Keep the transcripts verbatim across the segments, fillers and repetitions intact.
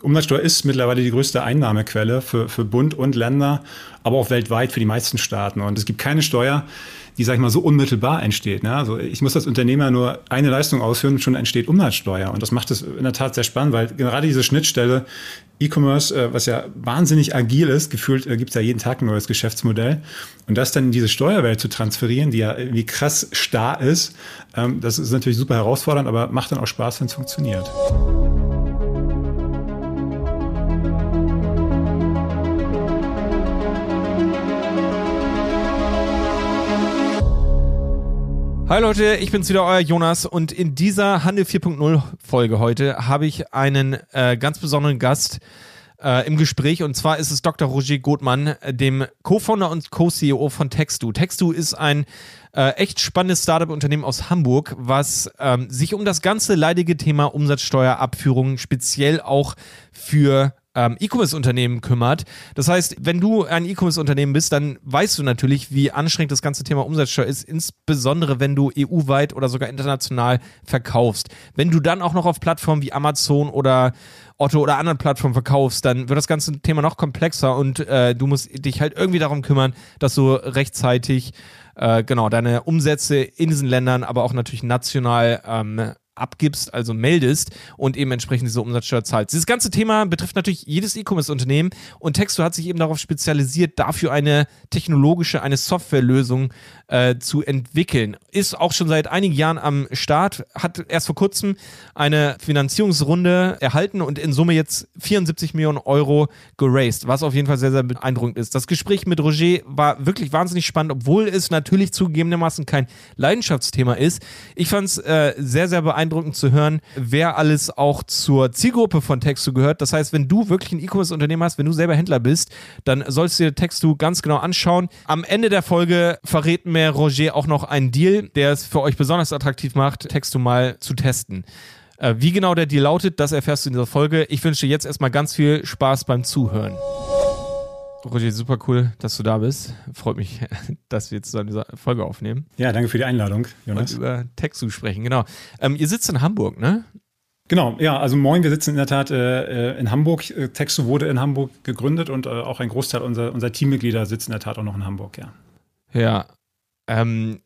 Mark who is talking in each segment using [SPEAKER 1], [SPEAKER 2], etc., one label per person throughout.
[SPEAKER 1] Umsatzsteuer ist mittlerweile die größte Einnahmequelle für, für Bund und Länder, aber auch weltweit für die meisten Staaten. Und es gibt keine Steuer, die, sag ich mal, so unmittelbar entsteht. Ne? Also ich muss als Unternehmer nur eine Leistung ausführen und schon entsteht Umsatzsteuer. Und das macht es in der Tat sehr spannend, weil gerade diese Schnittstelle E-Commerce, was ja wahnsinnig agil ist, gefühlt gibt es ja jeden Tag ein neues Geschäftsmodell. Und das dann in diese Steuerwelt zu transferieren, die ja irgendwie krass starr ist, das ist natürlich super herausfordernd, aber macht dann auch Spaß, wenn es funktioniert.
[SPEAKER 2] Hi Leute, ich bin's wieder, euer Jonas, und in dieser Handel vier Punkt null Folge heute habe ich einen äh, ganz besonderen Gast äh, im Gespräch, und zwar ist es Doktor Roger Gothmann, dem Co-Founder und Co-C E O von Textu. Textu ist ein äh, echt spannendes Startup-Unternehmen aus Hamburg, was ähm, sich um das ganze leidige Thema Umsatzsteuerabführung speziell auch für Ähm, E-Commerce-Unternehmen kümmert. Das heißt, wenn du ein E-Commerce-Unternehmen bist, dann weißt du natürlich, wie anstrengend das ganze Thema Umsatzsteuer ist, insbesondere wenn du E U-weit oder sogar international verkaufst. Wenn du dann auch noch auf Plattformen wie Amazon oder Otto oder anderen Plattformen verkaufst, dann wird das ganze Thema noch komplexer, und äh, du musst dich halt irgendwie darum kümmern, dass du rechtzeitig äh, genau deine Umsätze in diesen Ländern, aber auch natürlich national ähm, abgibst, also meldest und eben entsprechend diese Umsatzsteuer zahlst. Dieses ganze Thema betrifft natürlich jedes E-Commerce-Unternehmen, und Textu hat sich eben darauf spezialisiert, dafür eine technologische, eine Softwarelösung äh, zu entwickeln. Ist auch schon seit einigen Jahren am Start, hat erst vor kurzem eine Finanzierungsrunde erhalten und in Summe jetzt vierundsiebzig Millionen Euro geraced, was auf jeden Fall sehr, sehr beeindruckend ist. Das Gespräch mit Roger war wirklich wahnsinnig spannend, obwohl es natürlich zugegebenermaßen kein Leidenschaftsthema ist. Ich fand es äh, sehr, sehr beeindruckend zu hören, wer alles auch zur Zielgruppe von Textu gehört. Das heißt, wenn du wirklich ein E-Commerce-Unternehmen hast, wenn du selber Händler bist, dann sollst du dir Textu ganz genau anschauen. Am Ende der Folge verrät mir Roger auch noch einen Deal, der es für euch besonders attraktiv macht, Textu mal zu testen. Äh, wie genau der Deal lautet, das erfährst du in dieser Folge. Ich wünsche dir jetzt erstmal ganz viel Spaß beim Zuhören. Roger, super cool, dass du da bist. Freut mich, dass wir jetzt zusammen diese Folge aufnehmen.
[SPEAKER 1] Ja, danke für die Einladung, Jonas.
[SPEAKER 2] Und über Textu sprechen, genau. Ähm, ihr sitzt in Hamburg, ne?
[SPEAKER 1] Genau, ja, also moin, wir sitzen in der Tat äh, in Hamburg. Textu wurde in Hamburg gegründet, und äh, auch ein Großteil unserer, unserer Teammitglieder sitzt in der Tat auch noch in Hamburg, ja.
[SPEAKER 2] Ja, ähm,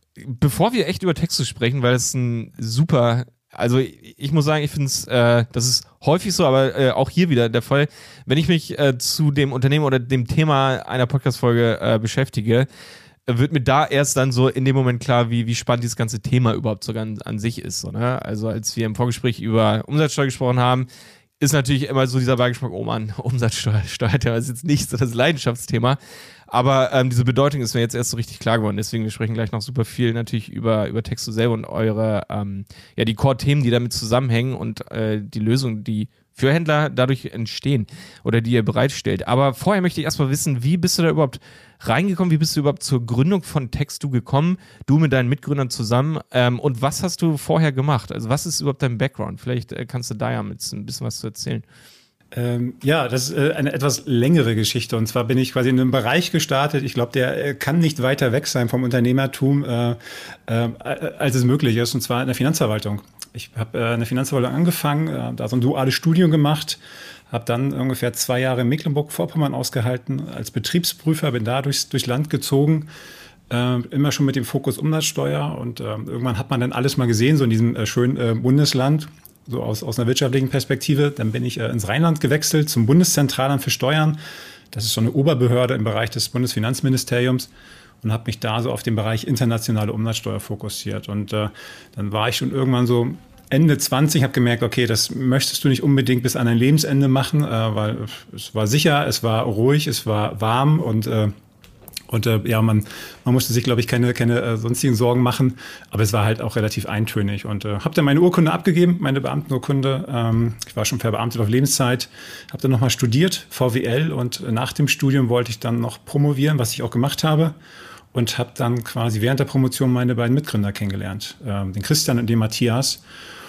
[SPEAKER 2] bevor wir echt über Textu sprechen, weil es ein super... Also ich muss sagen, ich finde es, äh, das ist häufig so, aber äh, auch hier wieder der Fall, wenn ich mich äh, zu dem Unternehmen oder dem Thema einer Podcast-Folge äh, beschäftige, wird mir da erst dann so in dem Moment klar, wie, wie spannend dieses ganze Thema überhaupt sogar an, an sich ist. So, ne? Also als wir im Vorgespräch über Umsatzsteuer gesprochen haben, ist natürlich immer so dieser Beigeschmack, oh Mann, Umsatzsteuer, Steuerthema ist jetzt nicht so das Leidenschaftsthema. Aber ähm, diese Bedeutung ist mir jetzt erst so richtig klar geworden. Deswegen, wir sprechen gleich noch super viel natürlich über, über Textu selber und eure, ähm, ja, die Core-Themen, die damit zusammenhängen, und äh, die Lösungen, die für Händler dadurch entstehen oder die ihr bereitstellt. Aber vorher möchte ich erstmal wissen, wie bist du da überhaupt reingekommen? Wie bist du überhaupt zur Gründung von Textu gekommen? Du mit deinen Mitgründern zusammen. Ähm, und was hast du vorher gemacht? Also was ist überhaupt dein Background? Vielleicht äh, kannst du da ja mit ein bisschen was zu erzählen.
[SPEAKER 1] Ähm, ja, das ist äh, eine etwas längere Geschichte. Und zwar bin ich quasi in einem Bereich gestartet. Ich glaube, der äh, kann nicht weiter weg sein vom Unternehmertum, äh, äh, als es möglich ist. Und zwar in der Finanzverwaltung. Ich habe äh, in der Finanzverwaltung angefangen, äh, da so ein duales Studium gemacht, habe dann ungefähr zwei Jahre in Mecklenburg-Vorpommern ausgehalten als Betriebsprüfer, bin da durchs, durchs Land gezogen. Äh, immer schon mit dem Fokus Umsatzsteuer. Und äh, irgendwann hat man dann alles mal gesehen, so in diesem äh, schönen äh, Bundesland. So aus, aus einer wirtschaftlichen Perspektive. Dann bin ich äh, ins Rheinland gewechselt zum Bundeszentralamt für Steuern. Das ist so eine Oberbehörde im Bereich des Bundesfinanzministeriums, und habe mich da so auf den Bereich internationale Umsatzsteuer fokussiert. Und äh, dann war ich schon irgendwann so Ende zwanzig, habe gemerkt, okay, das möchtest du nicht unbedingt bis an dein Lebensende machen, äh, weil es war sicher, es war ruhig, es war warm, und äh, Und äh, ja, man, man musste sich, glaube ich, keine, keine äh, sonstigen Sorgen machen. Aber es war halt auch relativ eintönig. Und äh, habe dann meine Urkunde abgegeben, meine Beamtenurkunde. Ähm, ich war schon verbeamtet auf Lebenszeit. Habe dann nochmal studiert, V W L. Und nach dem Studium wollte ich dann noch promovieren, was ich auch gemacht habe. Und habe dann quasi während der Promotion meine beiden Mitgründer kennengelernt. Ähm, den Christian und den Matthias.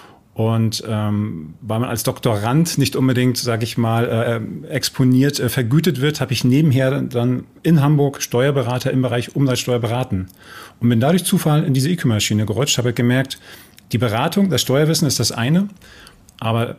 [SPEAKER 1] Und ähm, weil man als Doktorand nicht unbedingt, sage ich mal, äh, exponiert, äh, vergütet wird, habe ich nebenher dann in Hamburg Steuerberater im Bereich Umsatzsteuer beraten. Und bin dadurch Zufall in diese E-Commerce-Schiene gerutscht, habe gemerkt, die Beratung, das Steuerwissen ist das eine, aber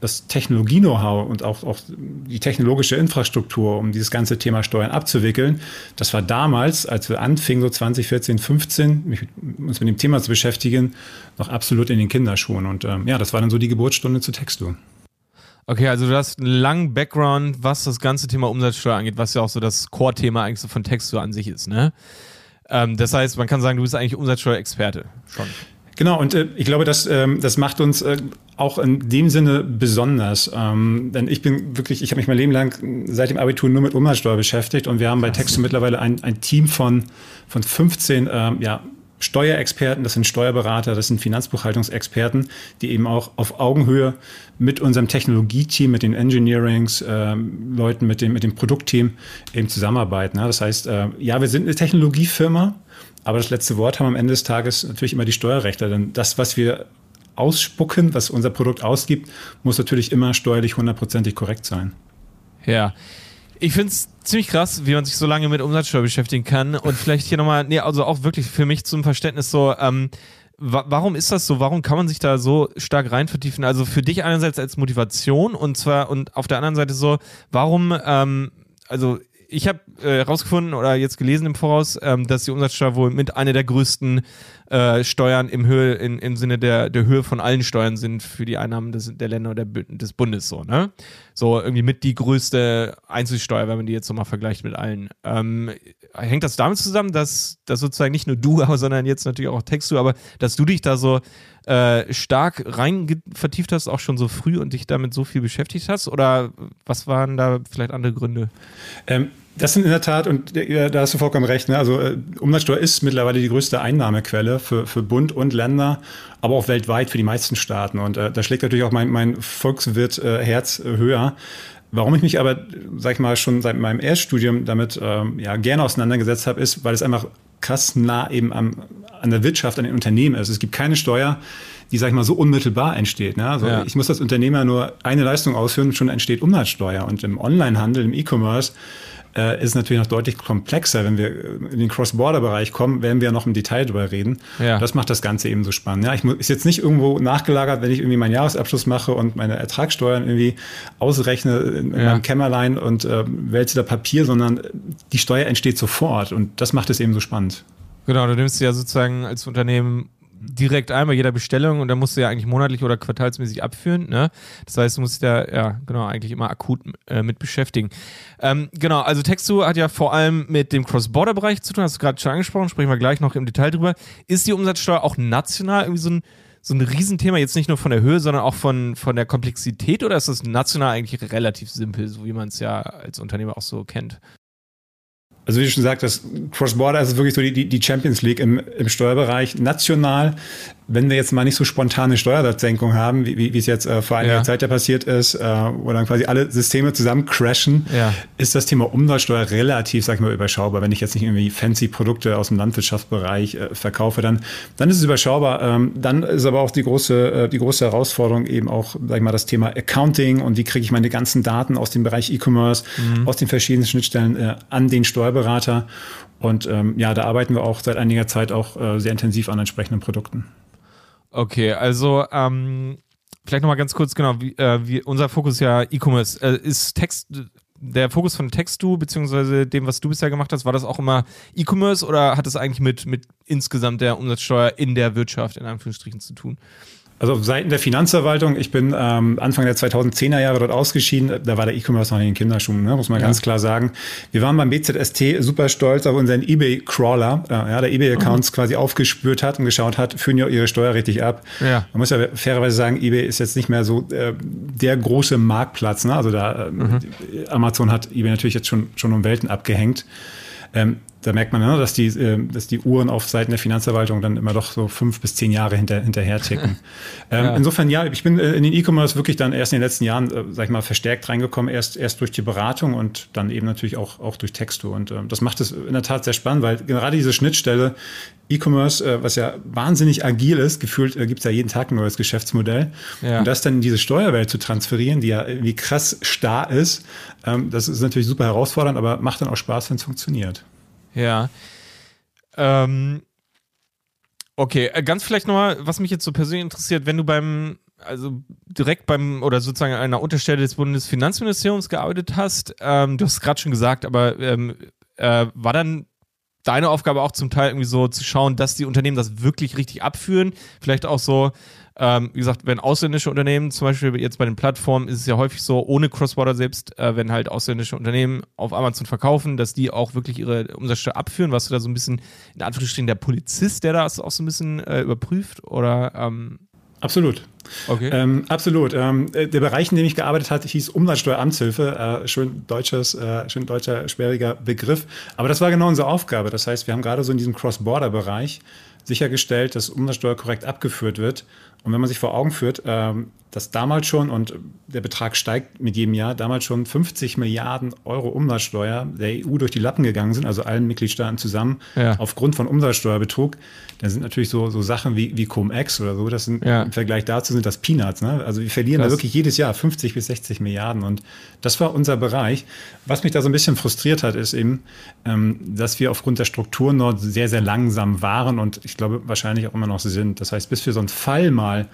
[SPEAKER 1] das Technologie-Know-how und auch, auch die technologische Infrastruktur, um dieses ganze Thema Steuern abzuwickeln, das war damals, als wir anfingen, so zwanzig vierzehn, fünfzehn, mich, uns mit dem Thema zu beschäftigen, noch absolut in den Kinderschuhen. Und ähm, ja, das war dann so die Geburtsstunde zu Textu.
[SPEAKER 2] Okay, also du hast einen langen Background, was das ganze Thema Umsatzsteuer angeht, was ja auch so das Core-Thema eigentlich so von Textu an sich ist, ne? Ähm, das heißt, man kann sagen, du bist eigentlich Umsatzsteuerexperte schon.
[SPEAKER 1] Genau, und äh, ich glaube, das, ähm, das macht uns äh, auch in dem Sinne besonders. Ähm, denn ich bin wirklich, ich habe mich mein Leben lang seit dem Abitur nur mit Umsatzsteuer beschäftigt und wir haben bei Textu mittlerweile ein, ein Team von, von fünfzehn ähm, ja, Steuerexperten, das sind Steuerberater, das sind Finanzbuchhaltungsexperten, die eben auch auf Augenhöhe mit unserem Technologieteam, mit den Engineerings, äh, Leuten, mit dem, mit dem Produktteam eben zusammenarbeiten. Ja, das heißt, äh, ja, wir sind eine Technologiefirma, aber das letzte Wort haben am Ende des Tages natürlich immer die Steuerrechtler. Denn das, was wir ausspucken, was unser Produkt ausgibt, muss natürlich immer steuerlich hundertprozentig korrekt sein.
[SPEAKER 2] Ja. Ich finde es ziemlich krass, wie man sich so lange mit Umsatzsteuer beschäftigen kann. Und vielleicht hier nochmal, nee, also auch wirklich für mich zum Verständnis so, ähm, wa- warum ist das so? Warum kann man sich da so stark rein vertiefen? Also für dich einerseits als Motivation und zwar und auf der anderen Seite so, warum, ähm, also ich habe herausgefunden äh, oder jetzt gelesen im Voraus, ähm, dass die Umsatzsteuer wohl mit einer der größten äh, Steuern im, Höhe, in, im Sinne der, der Höhe von allen Steuern sind für die Einnahmen des, der Länder oder des Bundes. So, ne? So irgendwie mit die größte Einzelsteuer, wenn man die jetzt so mal vergleicht mit allen. Ähm, hängt das damit zusammen, dass, dass sozusagen nicht nur du, aber, sondern jetzt natürlich auch Textu, aber dass du dich da so äh, stark rein vertieft hast, auch schon so früh und dich damit so viel beschäftigt hast? Oder was waren da vielleicht andere Gründe?
[SPEAKER 1] Ähm, das sind in der Tat, und ja, da hast du vollkommen recht, ne? Also äh, Umsatzsteuer ist mittlerweile die größte Einnahmequelle für, für Bund und Länder, aber auch weltweit für die meisten Staaten. Und äh, da schlägt natürlich auch mein, mein Volkswirt-Herz äh, höher. Warum ich mich aber, sag ich mal, schon seit meinem Erststudium damit ähm, ja, gerne auseinandergesetzt habe, ist, weil es einfach krass nah eben am, an der Wirtschaft, an den Unternehmen ist. Es gibt keine Steuer, die, sag ich mal, so unmittelbar entsteht. Ne? Also ja. Ich muss als Unternehmer nur eine Leistung ausführen und schon entsteht Umsatzsteuer. Und im Onlinehandel, im E-Commerce, äh, ist es natürlich noch deutlich komplexer. Wenn wir in den Cross-Border-Bereich kommen, werden wir noch im Detail drüber reden. Ja. Das macht das Ganze eben so spannend. Ja, ich muss, ist jetzt nicht irgendwo nachgelagert, wenn ich irgendwie meinen Jahresabschluss mache und meine Ertragssteuern irgendwie ausrechne in, in ja. meinem Kämmerlein und äh, wälze da Papier, sondern die Steuer entsteht sofort. Und das macht es eben so spannend.
[SPEAKER 2] Genau, du nimmst ja sozusagen als Unternehmen direkt ein bei jeder Bestellung und dann musst du ja eigentlich monatlich oder quartalsmäßig abführen, ne? Das heißt, du musst dich da, ja, genau, eigentlich immer akut äh, mit beschäftigen. Ähm, genau, also Textu hat ja vor allem mit dem Cross-Border-Bereich zu tun, hast du gerade schon angesprochen, sprechen wir gleich noch im Detail drüber. Ist die Umsatzsteuer auch national irgendwie so ein, so ein Riesenthema, jetzt nicht nur von der Höhe, sondern auch von, von der Komplexität, oder ist das national eigentlich relativ simpel, so wie man es ja als Unternehmer auch so kennt?
[SPEAKER 1] Also wie du schon sagtest, Cross-Border ist wirklich so die, die Champions League im, im Steuerbereich. National, wenn wir jetzt mal nicht so spontane Steuersatzsenkung haben, wie, wie es jetzt äh, vor einiger ja. Zeit ja passiert ist, äh, wo dann quasi alle Systeme zusammen crashen, ja. ist das Thema Umsatzsteuer relativ, sag ich mal, überschaubar. Wenn ich jetzt nicht irgendwie fancy Produkte aus dem Landwirtschaftsbereich äh, verkaufe, dann, dann ist es überschaubar. Ähm, dann ist aber auch die große, äh, die große Herausforderung eben auch, sag ich mal, das Thema Accounting und wie kriege ich meine ganzen Daten aus dem Bereich E-Commerce, mhm. aus den verschiedenen Schnittstellen äh, an den Steuerberater. Und ähm, ja, da arbeiten wir auch seit einiger Zeit auch äh, sehr intensiv an entsprechenden Produkten.
[SPEAKER 2] Okay, also ähm, vielleicht nochmal ganz kurz, genau, wie, äh, wie unser Fokus ist ja E-Commerce. Äh, ist Text, der Fokus von Textu, beziehungsweise dem, was du bisher gemacht hast, war das auch immer E-Commerce oder hat das eigentlich mit, mit insgesamt der Umsatzsteuer in der Wirtschaft, in Anführungsstrichen, zu tun?
[SPEAKER 1] Also auf Seiten der Finanzverwaltung, ich bin ähm, Anfang der zweitausendzehner Jahre dort ausgeschieden, da war der E-Commerce noch in den Kinderschuhen, ne, muss man ja. ganz klar sagen. Wir waren beim B Z S T super stolz auf unseren eBay-Crawler, äh, ja, der eBay-Accounts mhm. quasi aufgespürt hat und geschaut hat, führen ja ihre Steuer richtig ab. Ja. Man muss ja fairerweise sagen, eBay ist jetzt nicht mehr so äh, der große Marktplatz, ne? Also da äh, mhm. Amazon hat eBay natürlich jetzt schon, schon um Welten abgehängt. Ähm, da merkt man, ne, dass die, äh, dass die Uhren auf Seiten der Finanzverwaltung dann immer doch so fünf bis zehn Jahre hinter, hinterher ticken. ähm, ja. Insofern, ja, ich bin äh, in den E-Commerce wirklich dann erst in den letzten Jahren, äh, sag ich mal, verstärkt reingekommen, erst, erst durch die Beratung und dann eben natürlich auch, auch durch Textu. Und äh, das macht es in der Tat sehr spannend, weil gerade diese Schnittstelle E-Commerce, äh, was ja wahnsinnig agil ist, gefühlt äh, gibt es ja jeden Tag ein neues Geschäftsmodell. Ja. Und das dann in diese Steuerwelt zu transferieren, die ja irgendwie krass starr ist, ähm, das ist natürlich super herausfordernd, aber macht dann auch Spaß, wenn es funktioniert.
[SPEAKER 2] Ja. Ähm, okay, ganz vielleicht nochmal, was mich jetzt so persönlich interessiert, wenn du beim, also direkt beim oder sozusagen an einer Unterstelle des Bundesfinanzministeriums gearbeitet hast. Ähm, du hast es gerade schon gesagt, aber ähm, äh, war dann deine Aufgabe auch zum Teil irgendwie so zu schauen, dass die Unternehmen das wirklich richtig abführen? Vielleicht auch so, ähm, wie gesagt, wenn ausländische Unternehmen, zum Beispiel jetzt bei den Plattformen, ist es ja häufig so, ohne Cross-Border selbst, äh, wenn halt ausländische Unternehmen auf Amazon verkaufen, dass die auch wirklich ihre Umsatzsteuer abführen. Warst du da so ein bisschen, in Anführungsstrichen, der Polizist, der das auch so ein bisschen äh, überprüft? Oder ähm
[SPEAKER 1] Absolut.
[SPEAKER 2] Okay.
[SPEAKER 1] Ähm, absolut. Ähm, der Bereich, in dem ich gearbeitet habe, hieß Umsatzsteueramtshilfe. Äh, schön deutsches, äh, schön deutscher, schwieriger Begriff. Aber das war genau unsere Aufgabe. Das heißt, wir haben gerade so in diesem Cross-Border-Bereich sichergestellt, dass Umsatzsteuer korrekt abgeführt wird. Und wenn man sich vor Augen führt, ähm, dass damals schon, und der Betrag steigt mit jedem Jahr, damals schon fünfzig Milliarden Euro Umsatzsteuer der E U durch die Lappen gegangen sind, also allen Mitgliedstaaten zusammen, ja. aufgrund von Umsatzsteuerbetrug, dann sind natürlich so, so Sachen wie, wie Cum-Ex oder so, das sind ja. im Vergleich dazu sind das Peanuts. Ne? Also wir verlieren das da wirklich jedes Jahr fünfzig bis sechzig Milliarden. Und das war unser Bereich. Was mich da so ein bisschen frustriert hat, ist eben, ähm, dass wir aufgrund der Strukturen dort sehr, sehr langsam waren und ich glaube wahrscheinlich auch immer noch sind. Das heißt, bis wir so einen Fall mal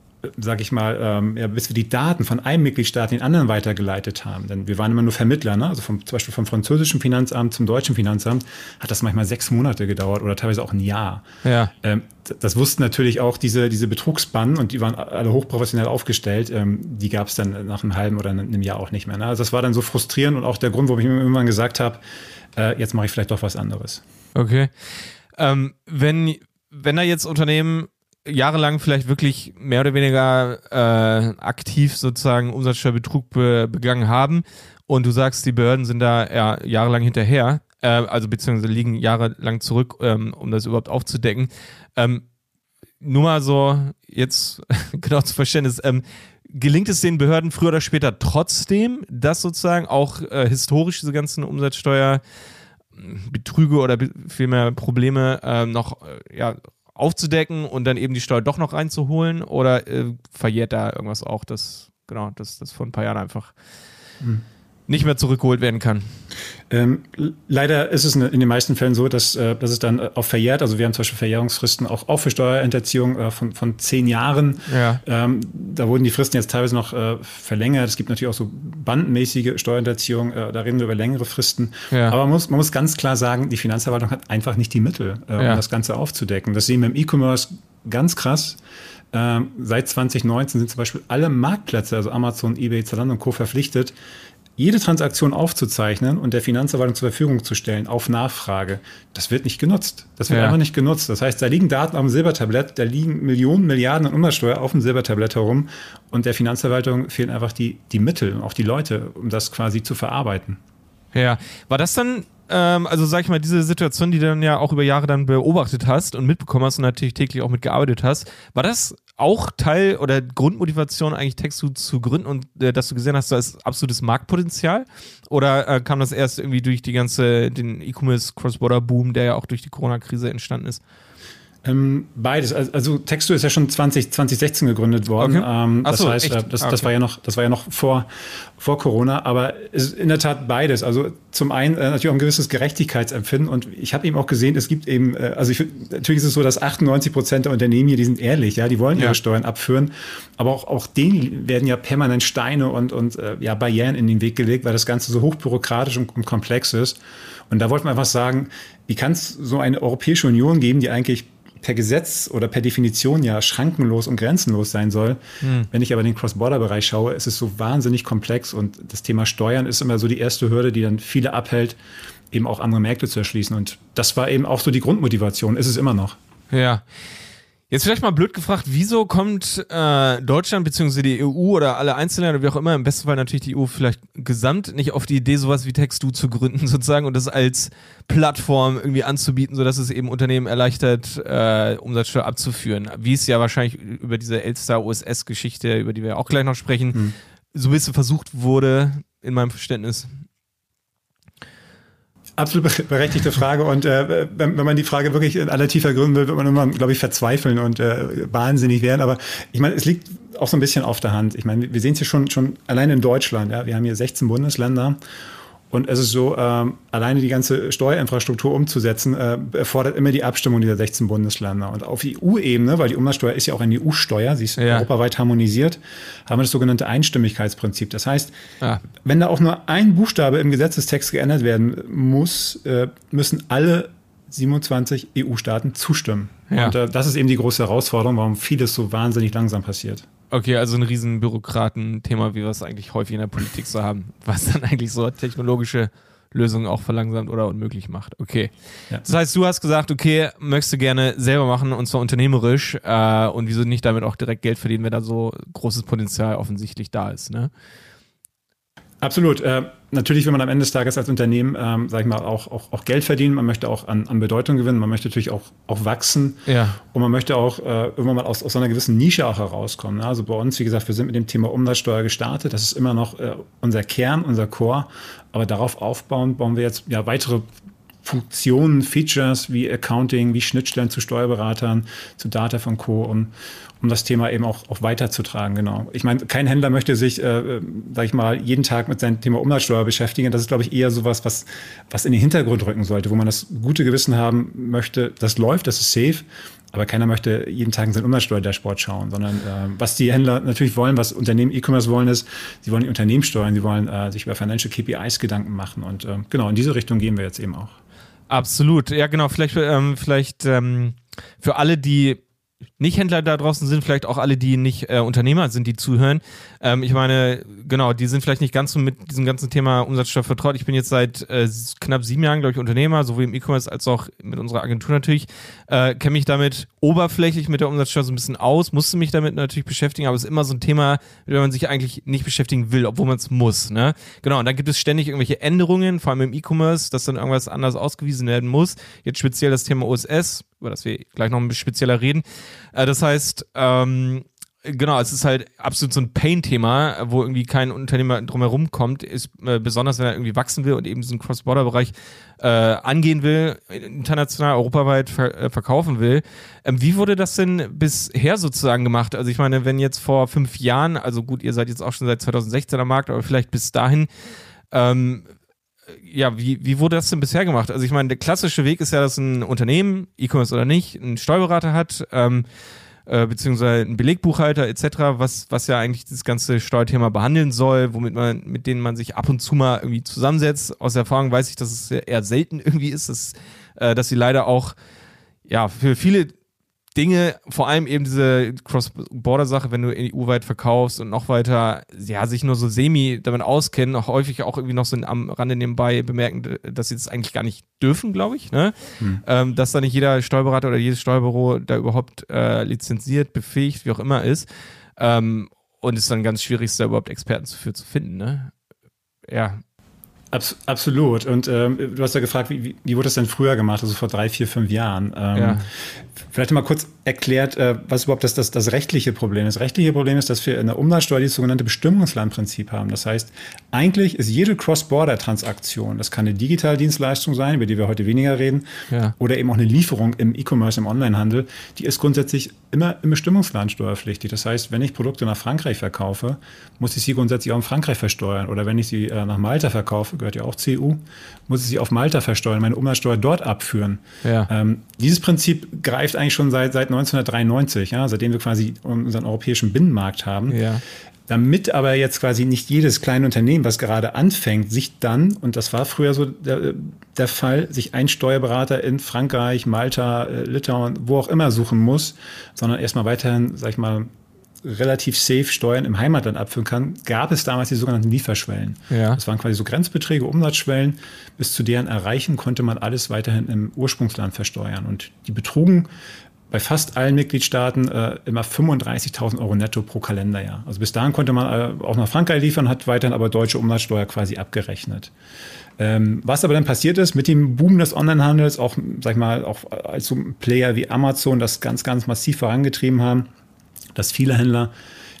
[SPEAKER 1] sag ich mal, ähm, ja, bis wir die Daten von einem Mitgliedstaat in den anderen weitergeleitet haben. Denn wir waren immer nur Vermittler, ne? Also vom, zum Beispiel vom französischen Finanzamt zum deutschen Finanzamt hat das manchmal sechs Monate gedauert oder teilweise auch ein Jahr.
[SPEAKER 2] Ja.
[SPEAKER 1] Ähm, das wussten natürlich auch diese, diese Betrugsbanden und die waren alle hochprofessionell aufgestellt. Ähm, die gab es dann nach einem halben oder einem Jahr auch nicht mehr. Ne? Also das war dann so frustrierend und auch der Grund, warum ich mir irgendwann gesagt habe, äh, jetzt mache ich vielleicht doch was anderes.
[SPEAKER 2] Okay. Ähm, wenn, wenn da jetzt Unternehmen jahrelang vielleicht wirklich mehr oder weniger äh, aktiv sozusagen Umsatzsteuerbetrug be- begangen haben und du sagst, die Behörden sind da ja jahrelang hinterher, äh, also beziehungsweise liegen jahrelang zurück, ähm, um das überhaupt aufzudecken. Ähm, nur mal so jetzt genau zu Verständnis, ähm, gelingt es den Behörden früher oder später trotzdem, dass sozusagen auch äh, historisch diese ganzen Umsatzsteuerbetrüge oder be- vielmehr Probleme äh, noch äh, ja aufzudecken und dann eben die Steuer doch noch reinzuholen oder äh, verjährt da irgendwas auch, dass genau, dass das vor ein paar Jahren einfach hm. nicht mehr zurückgeholt werden kann?
[SPEAKER 1] Ähm, leider ist es in den meisten Fällen so, dass, äh, dass es dann auch verjährt. Also wir haben zum Beispiel Verjährungsfristen auch, auch für Steuerhinterziehung äh, von, von zehn Jahren.
[SPEAKER 2] Ja.
[SPEAKER 1] Ähm, da wurden die Fristen jetzt teilweise noch äh, verlängert. Es gibt natürlich auch so bandenmäßige Steuerhinterziehung. Äh, da reden wir über längere Fristen. Ja. Aber man muss, man muss ganz klar sagen, die Finanzverwaltung hat einfach nicht die Mittel, äh, um ja. das Ganze aufzudecken. Das sehen wir im E-Commerce ganz krass. Ähm, seit zwanzig neunzehn sind zum Beispiel alle Marktplätze, also Amazon, eBay, Zalando und Co. verpflichtet, jede Transaktion aufzuzeichnen und der Finanzverwaltung zur Verfügung zu stellen, auf Nachfrage. Das wird nicht genutzt. Das wird ja. einfach nicht genutzt. Das heißt, da liegen Daten auf dem Silbertablett, da liegen Millionen, Milliarden an Umsatzsteuer auf dem Silbertablett herum und der Finanzverwaltung fehlen einfach die, die Mittel und auch die Leute, um das quasi zu verarbeiten.
[SPEAKER 2] Ja, war das dann, ähm, also sag ich mal, diese Situation, die du dann ja auch über Jahre dann beobachtet hast und mitbekommen hast und natürlich täglich auch mitgearbeitet hast, war das auch Teil oder Grundmotivation eigentlich Textoo zu gründen und äh, dass du gesehen hast, da ist absolutes Marktpotenzial? Oder äh, kam das erst irgendwie durch die ganze, den E-Commerce Cross-Border-Boom, der ja auch durch die Corona-Krise entstanden ist?
[SPEAKER 1] Ähm, beides. Also Textoo ist ja schon zwanzig sechzehn gegründet worden.
[SPEAKER 2] Okay.
[SPEAKER 1] Ähm, das
[SPEAKER 2] so,
[SPEAKER 1] heißt, das, das okay. war ja noch, das war ja noch vor, vor Corona. Aber es ist in der Tat beides. Also zum einen äh, natürlich auch ein gewisses Gerechtigkeitsempfinden. Und ich habe eben auch gesehen, es gibt eben, äh, also ich, natürlich ist es so, dass achtundneunzig Prozent der Unternehmen hier, die sind ehrlich, ja, die wollen ihre ja. Steuern abführen. Aber auch, auch denen werden ja permanent Steine und, und äh, ja, Barrieren in den Weg gelegt, weil das Ganze so hochbürokratisch und, und komplex ist. Und da wollten wir einfach sagen, wie kann es so eine Europäische Union geben, die eigentlich per Gesetz oder per Definition ja schrankenlos und grenzenlos sein soll. Hm. Wenn ich aber in den Cross-Border-Bereich schaue, ist es so wahnsinnig komplex und das Thema Steuern ist immer so die erste Hürde, die dann viele abhält, eben auch andere Märkte zu erschließen. Und das war eben auch so die Grundmotivation, ist es immer noch.
[SPEAKER 2] Ja. Jetzt vielleicht mal blöd gefragt, wieso kommt äh, Deutschland bzw. die E U oder alle Einzelländer, wie auch immer, im besten Fall natürlich die E U vielleicht gesamt, nicht auf die Idee, sowas wie Textoo zu gründen sozusagen und das als Plattform irgendwie anzubieten, sodass es eben Unternehmen erleichtert, äh, Umsatzsteuer abzuführen. Wie es ja wahrscheinlich über diese Elster-O S S-Geschichte, über die wir auch gleich noch sprechen, hm. so ein bisschen versucht wurde, in meinem Verständnis.
[SPEAKER 1] Absolut berechtigte Frage und äh, wenn, wenn man die Frage wirklich in aller Tiefer gründen will, wird man immer, glaube ich, verzweifeln und äh, wahnsinnig werden. Aber ich meine, es liegt auch so ein bisschen auf der Hand. Ich meine, wir sehen es hier schon, schon allein in Deutschland. Ja, wir haben hier sechzehn Bundesländer Und es ist so, ähm, alleine die ganze Steuerinfrastruktur umzusetzen, äh, erfordert immer die Abstimmung dieser sechzehn Bundesländer. Und auf E U-Ebene, weil die Umsatzsteuer ist ja auch eine E U-Steuer, sie ist ja. europaweit harmonisiert, haben wir das sogenannte Einstimmigkeitsprinzip. Das heißt, ja. wenn da auch nur ein Buchstabe im Gesetzestext geändert werden muss, äh, müssen alle siebenundzwanzig E U-Staaten zustimmen. Ja. Und äh, das ist eben die große Herausforderung, warum vieles so wahnsinnig langsam passiert.
[SPEAKER 2] Okay, also ein riesen Bürokraten-Thema, wie wir es eigentlich häufig in der Politik so haben, was dann eigentlich so technologische Lösungen auch verlangsamt oder unmöglich macht. Okay. Ja. Das heißt, du hast gesagt, okay, möchtest du gerne selber machen und zwar unternehmerisch äh, und wieso nicht damit auch direkt Geld verdienen, wenn da so großes Potenzial offensichtlich da ist, ne?
[SPEAKER 1] Absolut. Äh, natürlich will man am Ende des Tages als Unternehmen, ähm, sag ich mal, auch, auch, auch Geld verdienen. Man möchte auch an, an Bedeutung gewinnen. Man möchte natürlich auch, auch wachsen. Ja. Und man möchte auch äh, irgendwann mal aus, aus einer gewissen Nische auch herauskommen. Also bei uns, wie gesagt, wir sind mit dem Thema Umsatzsteuer gestartet. Das ist immer noch äh, unser Kern, unser Core. Aber darauf aufbauend bauen wir jetzt ja weitere Funktionen, Features wie Accounting, wie Schnittstellen zu Steuerberatern, zu Data von Co., um, um das Thema eben auch, auch weiterzutragen. Genau. Ich meine, kein Händler möchte sich, äh, sag ich mal, jeden Tag mit seinem Thema Umsatzsteuer beschäftigen. Das ist, glaube ich, eher sowas, was, was in den Hintergrund rücken sollte, wo man das gute Gewissen haben möchte, das läuft, das ist safe. Aber keiner möchte jeden Tag in sein Umsatzsteuer-Dashboard schauen, sondern äh, was die Händler natürlich wollen, was Unternehmen E-Commerce wollen, ist, sie wollen die Unternehmen steuern, sie wollen äh, sich über Financial K P Is Gedanken machen. Und äh, genau, in diese Richtung gehen wir jetzt eben auch.
[SPEAKER 2] Absolut. Ja, genau. Vielleicht, ähm, vielleicht ähm, für alle, die nicht Händler da draußen sind, vielleicht auch alle, die nicht äh, Unternehmer sind, die zuhören. Ähm, ich meine, genau, die sind vielleicht nicht ganz so mit diesem ganzen Thema Umsatzsteuer vertraut. Ich bin jetzt seit äh, knapp sieben Jahren, glaube ich, Unternehmer, sowohl im E-Commerce als auch mit unserer Agentur natürlich. Äh, kenne mich damit oberflächlich mit der Umsatzsteuer so ein bisschen aus, musste mich damit natürlich beschäftigen, aber es ist immer so ein Thema, mit dem man sich eigentlich nicht beschäftigen will, obwohl man es muss. Ne? Genau, und dann gibt es ständig irgendwelche Änderungen, vor allem im E-Commerce, dass dann irgendwas anders ausgewiesen werden muss. Jetzt speziell das Thema O S S, über das wir gleich noch ein bisschen spezieller reden. Äh, das heißt, ähm, genau, es ist halt absolut so ein Pain-Thema, wo irgendwie kein Unternehmer drumherum kommt, ist äh, besonders, wenn er irgendwie wachsen will und eben diesen Cross-Border-Bereich äh, angehen will, international, europaweit ver- äh, verkaufen will. Ähm, wie wurde das denn bisher sozusagen gemacht? Also ich meine, wenn jetzt vor fünf Jahren, also gut, ihr seid jetzt auch schon seit zweitausendsechzehn am Markt, aber vielleicht bis dahin, ähm, ja, wie, wie wurde das denn bisher gemacht? Also ich meine, der klassische Weg ist ja, dass ein Unternehmen, E-Commerce oder nicht, einen Steuerberater hat, ähm, äh, beziehungsweise einen Belegbuchhalter et cetera, was, was ja eigentlich das ganze Steuerthema behandeln soll, womit man, mit denen man sich ab und zu mal irgendwie zusammensetzt. Aus Erfahrung weiß ich, dass es eher selten irgendwie ist, dass, äh, dass sie leider auch ja für viele Dinge, vor allem eben diese Cross-Border-Sache, wenn du E U-weit verkaufst und noch weiter, ja, sich nur so semi damit auskennen, auch häufig auch irgendwie noch so am Rande nebenbei bemerken, dass sie das eigentlich gar nicht dürfen, glaube ich, ne? Hm. Ähm, dass da nicht jeder Steuerberater oder jedes Steuerbüro da überhaupt äh, lizenziert, befähigt, wie auch immer ist. Ähm, und es ist dann ganz schwierig, da überhaupt Experten für zu finden, ne? Ja.
[SPEAKER 1] Abs- absolut. Und ähm, du hast ja gefragt, wie, wie, wie wurde das denn früher gemacht, also vor drei, vier, fünf Jahren? Ähm, ja. Vielleicht mal kurz erklärt, äh, was überhaupt das, das, das rechtliche Problem ist. Das rechtliche Problem ist, dass wir in der Umsatzsteuer dieses sogenannte Bestimmungslandprinzip haben. Das heißt, eigentlich ist jede Cross-Border-Transaktion, das kann eine Digitaldienstleistung sein, über die wir heute weniger reden, ja. oder eben auch eine Lieferung im E-Commerce, im Onlinehandel, die ist grundsätzlich immer im Bestimmungsland steuerpflichtig. Das heißt, wenn ich Produkte nach Frankreich verkaufe, muss ich sie grundsätzlich auch in Frankreich versteuern. Oder wenn ich sie äh, nach Malta verkaufe, gehört ja auch C E U, muss ich sie auf Malta versteuern, meine Umsatzsteuer dort abführen. Ja. Ähm, dieses Prinzip greift eigentlich schon seit, seit neunzehnhundertdreiundneunzig, ja, seitdem wir quasi unseren europäischen Binnenmarkt haben. Ja. Damit aber jetzt quasi nicht jedes kleine Unternehmen, was gerade anfängt, sich dann, und das war früher so der, der Fall, sich einen Steuerberater in Frankreich, Malta, Litauen, wo auch immer suchen muss, sondern erstmal weiterhin, sag ich mal, relativ safe Steuern im Heimatland abführen kann, gab es damals die sogenannten Lieferschwellen. Ja. Das waren quasi so Grenzbeträge, Umsatzschwellen. Bis zu deren Erreichen konnte man alles weiterhin im Ursprungsland versteuern. Und die betrugen bei fast allen Mitgliedstaaten äh, immer fünfunddreißigtausend Euro netto pro Kalenderjahr. Also bis dahin konnte man äh, auch nach Frankreich liefern, hat weiterhin aber deutsche Umsatzsteuer quasi abgerechnet. Ähm, was aber dann passiert ist, mit dem Boom des Onlinehandels, auch, sag ich mal, auch als so Player wie Amazon das ganz, ganz massiv vorangetrieben haben, dass viele Händler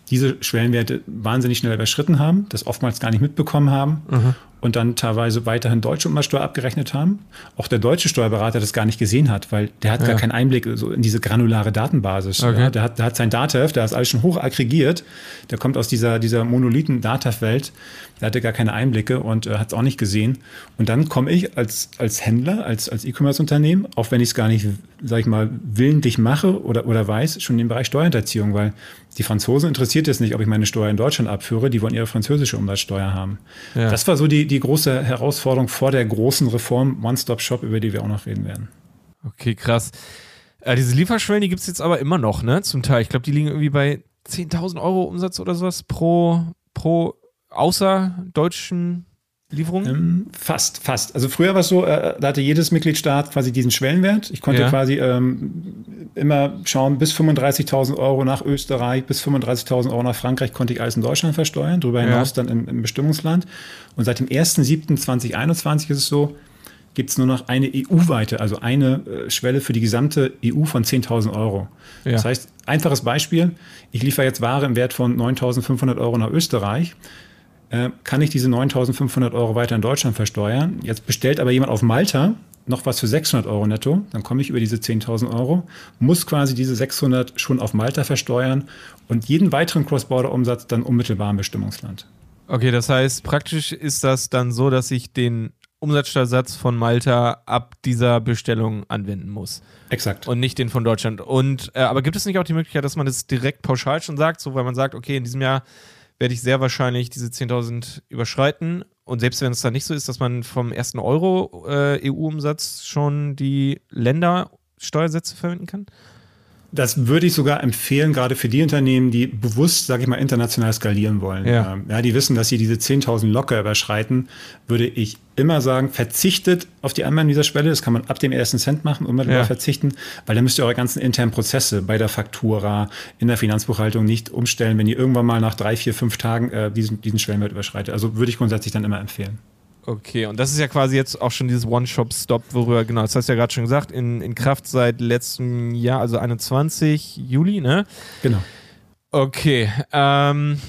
[SPEAKER 1] diese Schwellenwerte wahnsinnig schnell überschritten haben, das oftmals gar nicht mitbekommen haben mhm. und dann teilweise weiterhin deutsche Umsatzsteuer abgerechnet haben. Auch der deutsche Steuerberater das gar nicht gesehen hat, weil der hat ja. gar keinen Einblick so in diese granulare Datenbasis. Okay. Ja, der, hat, der hat sein Datev, der ist alles schon hoch aggregiert, der kommt aus dieser, dieser monolithen Datev-Welt, der hatte gar keine Einblicke und äh, hat es auch nicht gesehen. Und dann komme ich als, als Händler, als, als E-Commerce-Unternehmen, auch wenn ich es gar nicht, sag ich mal, willentlich mache oder, oder weiß, schon im Bereich Steuerhinterziehung, weil die Franzosen interessiert es nicht, ob ich meine Steuer in Deutschland abführe, die wollen ihre französische Umsatzsteuer haben. Ja. Das war so die, die große Herausforderung vor der großen Reform One-Stop-Shop, über die wir auch noch reden werden.
[SPEAKER 2] Okay, krass. Äh, diese Lieferschwellen, die gibt es jetzt aber immer noch, ne? Zum Teil. Ich glaube, die liegen irgendwie bei zehntausend Euro Umsatz oder sowas pro, pro außerdeutschen Lieferungen?
[SPEAKER 1] Ähm, fast, fast. Also früher war es so, äh, da hatte jedes Mitgliedstaat quasi diesen Schwellenwert. Ich konnte ja. quasi ähm, immer schauen, bis fünfunddreißigtausend Euro nach Österreich, bis fünfunddreißigtausend Euro nach Frankreich konnte ich alles in Deutschland versteuern, darüber hinaus ja. dann im, im Bestimmungsland. Und seit dem ersten siebten zweitausendeinundzwanzig ist es so, gibt es nur noch eine E U-weite, also eine äh, Schwelle für die gesamte E U von zehntausend Euro. Ja. Das heißt, einfaches Beispiel, ich liefere jetzt Ware im Wert von neuntausendfünfhundert Euro nach Österreich, äh, kann ich diese neuntausendfünfhundert Euro weiter in Deutschland versteuern. Jetzt bestellt aber jemand auf Malta noch was für sechshundert Euro netto, dann komme ich über diese zehntausend Euro, muss quasi diese sechshundert schon auf Malta versteuern und jeden weiteren Cross-Border-Umsatz dann unmittelbar im Bestimmungsland.
[SPEAKER 2] Okay, das heißt, praktisch ist das dann so, dass ich den Umsatzsteuersatz von Malta ab dieser Bestellung anwenden muss.
[SPEAKER 1] Exakt.
[SPEAKER 2] Und nicht den von Deutschland. Und äh, aber gibt es nicht auch die Möglichkeit, dass man das direkt pauschal schon sagt, so weil man sagt, okay, in diesem Jahr werde ich sehr wahrscheinlich diese zehntausend überschreiten. Und selbst wenn es dann nicht so ist, dass man vom ersten Euro äh, E U-Umsatz schon die Ländersteuersätze verwenden kann?
[SPEAKER 1] Das würde ich sogar empfehlen, gerade für die Unternehmen, die bewusst, sage ich mal, international skalieren wollen.
[SPEAKER 2] Ja.
[SPEAKER 1] Ähm, ja, die wissen, dass sie diese zehntausend locker überschreiten, würde ich immer sagen, verzichtet auf die Anwendung dieser Schwelle. Das kann man ab dem ersten Cent machen, unmittelbar ja. verzichten, weil dann müsst ihr eure ganzen internen Prozesse bei der Faktura, in der Finanzbuchhaltung nicht umstellen, wenn ihr irgendwann mal nach drei, vier, fünf Tagen äh, diesen, diesen Schwellenwert überschreitet. Also würde ich grundsätzlich dann immer empfehlen.
[SPEAKER 2] Okay, und das ist ja quasi jetzt auch schon dieses One-Shop-Stop, worüber, genau, das hast du ja gerade schon gesagt, in, in Kraft seit letztem Jahr, also einundzwanzig Juli, ne?
[SPEAKER 1] Genau.
[SPEAKER 2] Okay, ähm,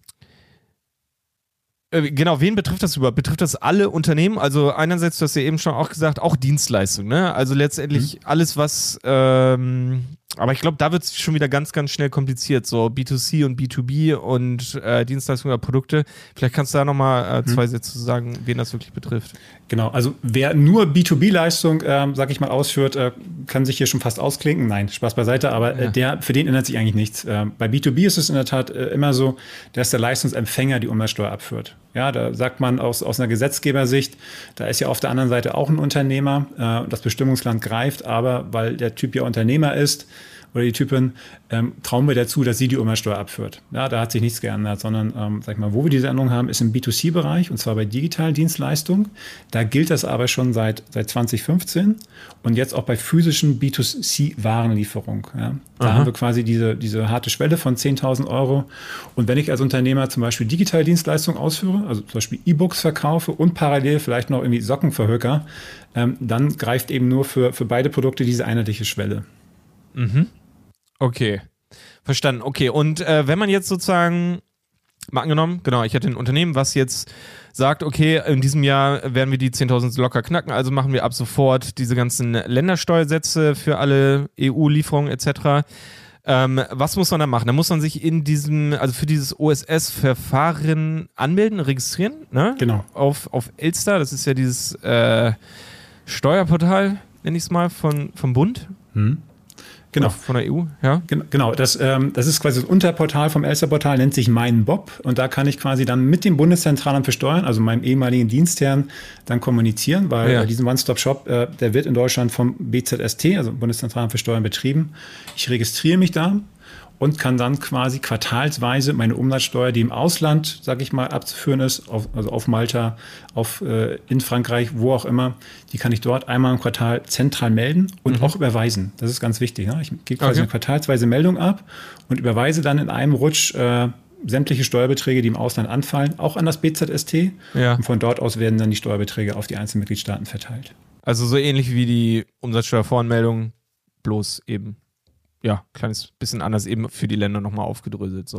[SPEAKER 2] äh, genau, wen betrifft das überhaupt? Betrifft das alle Unternehmen? Also einerseits, du hast ja eben schon auch gesagt, auch Dienstleistungen, ne? Also letztendlich mhm. alles, was, ähm, aber ich glaube, da wird es schon wieder ganz, ganz schnell kompliziert, so B zwei C und B zwei B und äh, Dienstleistungen oder Produkte. Vielleicht kannst du da nochmal äh, zwei hm. Sätze zu sagen, wen das wirklich betrifft.
[SPEAKER 1] Genau, also wer nur B zwei B-Leistung, ähm, sag ich mal, ausführt, äh, kann sich hier schon fast ausklinken. Nein, Spaß beiseite, aber äh, der, für den ändert sich eigentlich nichts. Äh, bei B zwei B ist es in der Tat äh, immer so, dass der Leistungsempfänger die Umsatzsteuer abführt. Ja, da sagt man aus, aus einer Gesetzgebersicht, da ist ja auf der anderen Seite auch ein Unternehmer, äh, das Bestimmungsland greift, aber weil der Typ ja Unternehmer ist, oder die Typin, ähm, trauen wir dazu, dass sie die Umsatzsteuer abführt. Ja, da hat sich nichts geändert, sondern, ähm, sag ich mal, wo wir diese Änderung haben, ist im B zwei C-Bereich, und zwar bei digitalen Dienstleistungen. Da gilt das aber schon seit, seit zwanzig fünfzehn und jetzt auch bei physischen B zwei C-Warenlieferung. Ja. Da Aha. haben wir quasi diese, diese harte Schwelle von zehntausend Euro. Und wenn ich als Unternehmer zum Beispiel digitale Dienstleistungen ausführe, also zum Beispiel E-Books verkaufe und parallel vielleicht noch irgendwie Socken verhöker, ähm, dann greift eben nur für, für beide Produkte diese einheitliche Schwelle.
[SPEAKER 2] Mhm. Okay, verstanden. Okay, und äh, wenn man jetzt sozusagen, mal angenommen, genau, ich hätte ein Unternehmen, was jetzt sagt, okay, in diesem Jahr werden wir die zehntausend locker knacken, also machen wir ab sofort diese ganzen Ländersteuersätze für alle E U-Lieferungen et cetera. Ähm, was muss man da machen? Da muss man sich in diesem, also für dieses O S S-Verfahren anmelden, registrieren, ne?
[SPEAKER 1] Genau.
[SPEAKER 2] Auf, auf Elster, das ist ja dieses äh, Steuerportal, nenne ich es mal, von, vom Bund.
[SPEAKER 1] Hm. Genau.
[SPEAKER 2] Von der E U, ja.
[SPEAKER 1] Genau, das, ähm, das ist quasi das Unterportal vom Elster-Portal, nennt sich Mein Bob. Und da kann ich quasi dann mit dem Bundeszentralamt für Steuern, also meinem ehemaligen Dienstherrn, dann kommunizieren, weil ja. diesen One-Stop-Shop, äh, der wird in Deutschland vom B Z S T, also Bundeszentralamt für Steuern, betrieben. Ich registriere mich da und kann dann quasi quartalsweise meine Umsatzsteuer, die im Ausland, sag ich mal, abzuführen ist, auf, also auf Malta, auf, äh, in Frankreich, wo auch immer, die kann ich dort einmal im Quartal zentral melden und mhm. auch überweisen. Das ist ganz wichtig. Ne? Ich gebe quasi okay. eine quartalsweise Meldung ab und überweise dann in einem Rutsch äh, sämtliche Steuerbeträge, die im Ausland anfallen, auch an das B Z S T. Ja. Und von dort aus werden dann die Steuerbeträge auf die einzelnen Mitgliedstaaten verteilt.
[SPEAKER 2] Also so ähnlich wie die Umsatzsteuervoranmeldung, bloß eben ja, kleines bisschen anders eben für die Länder nochmal aufgedröselt. So.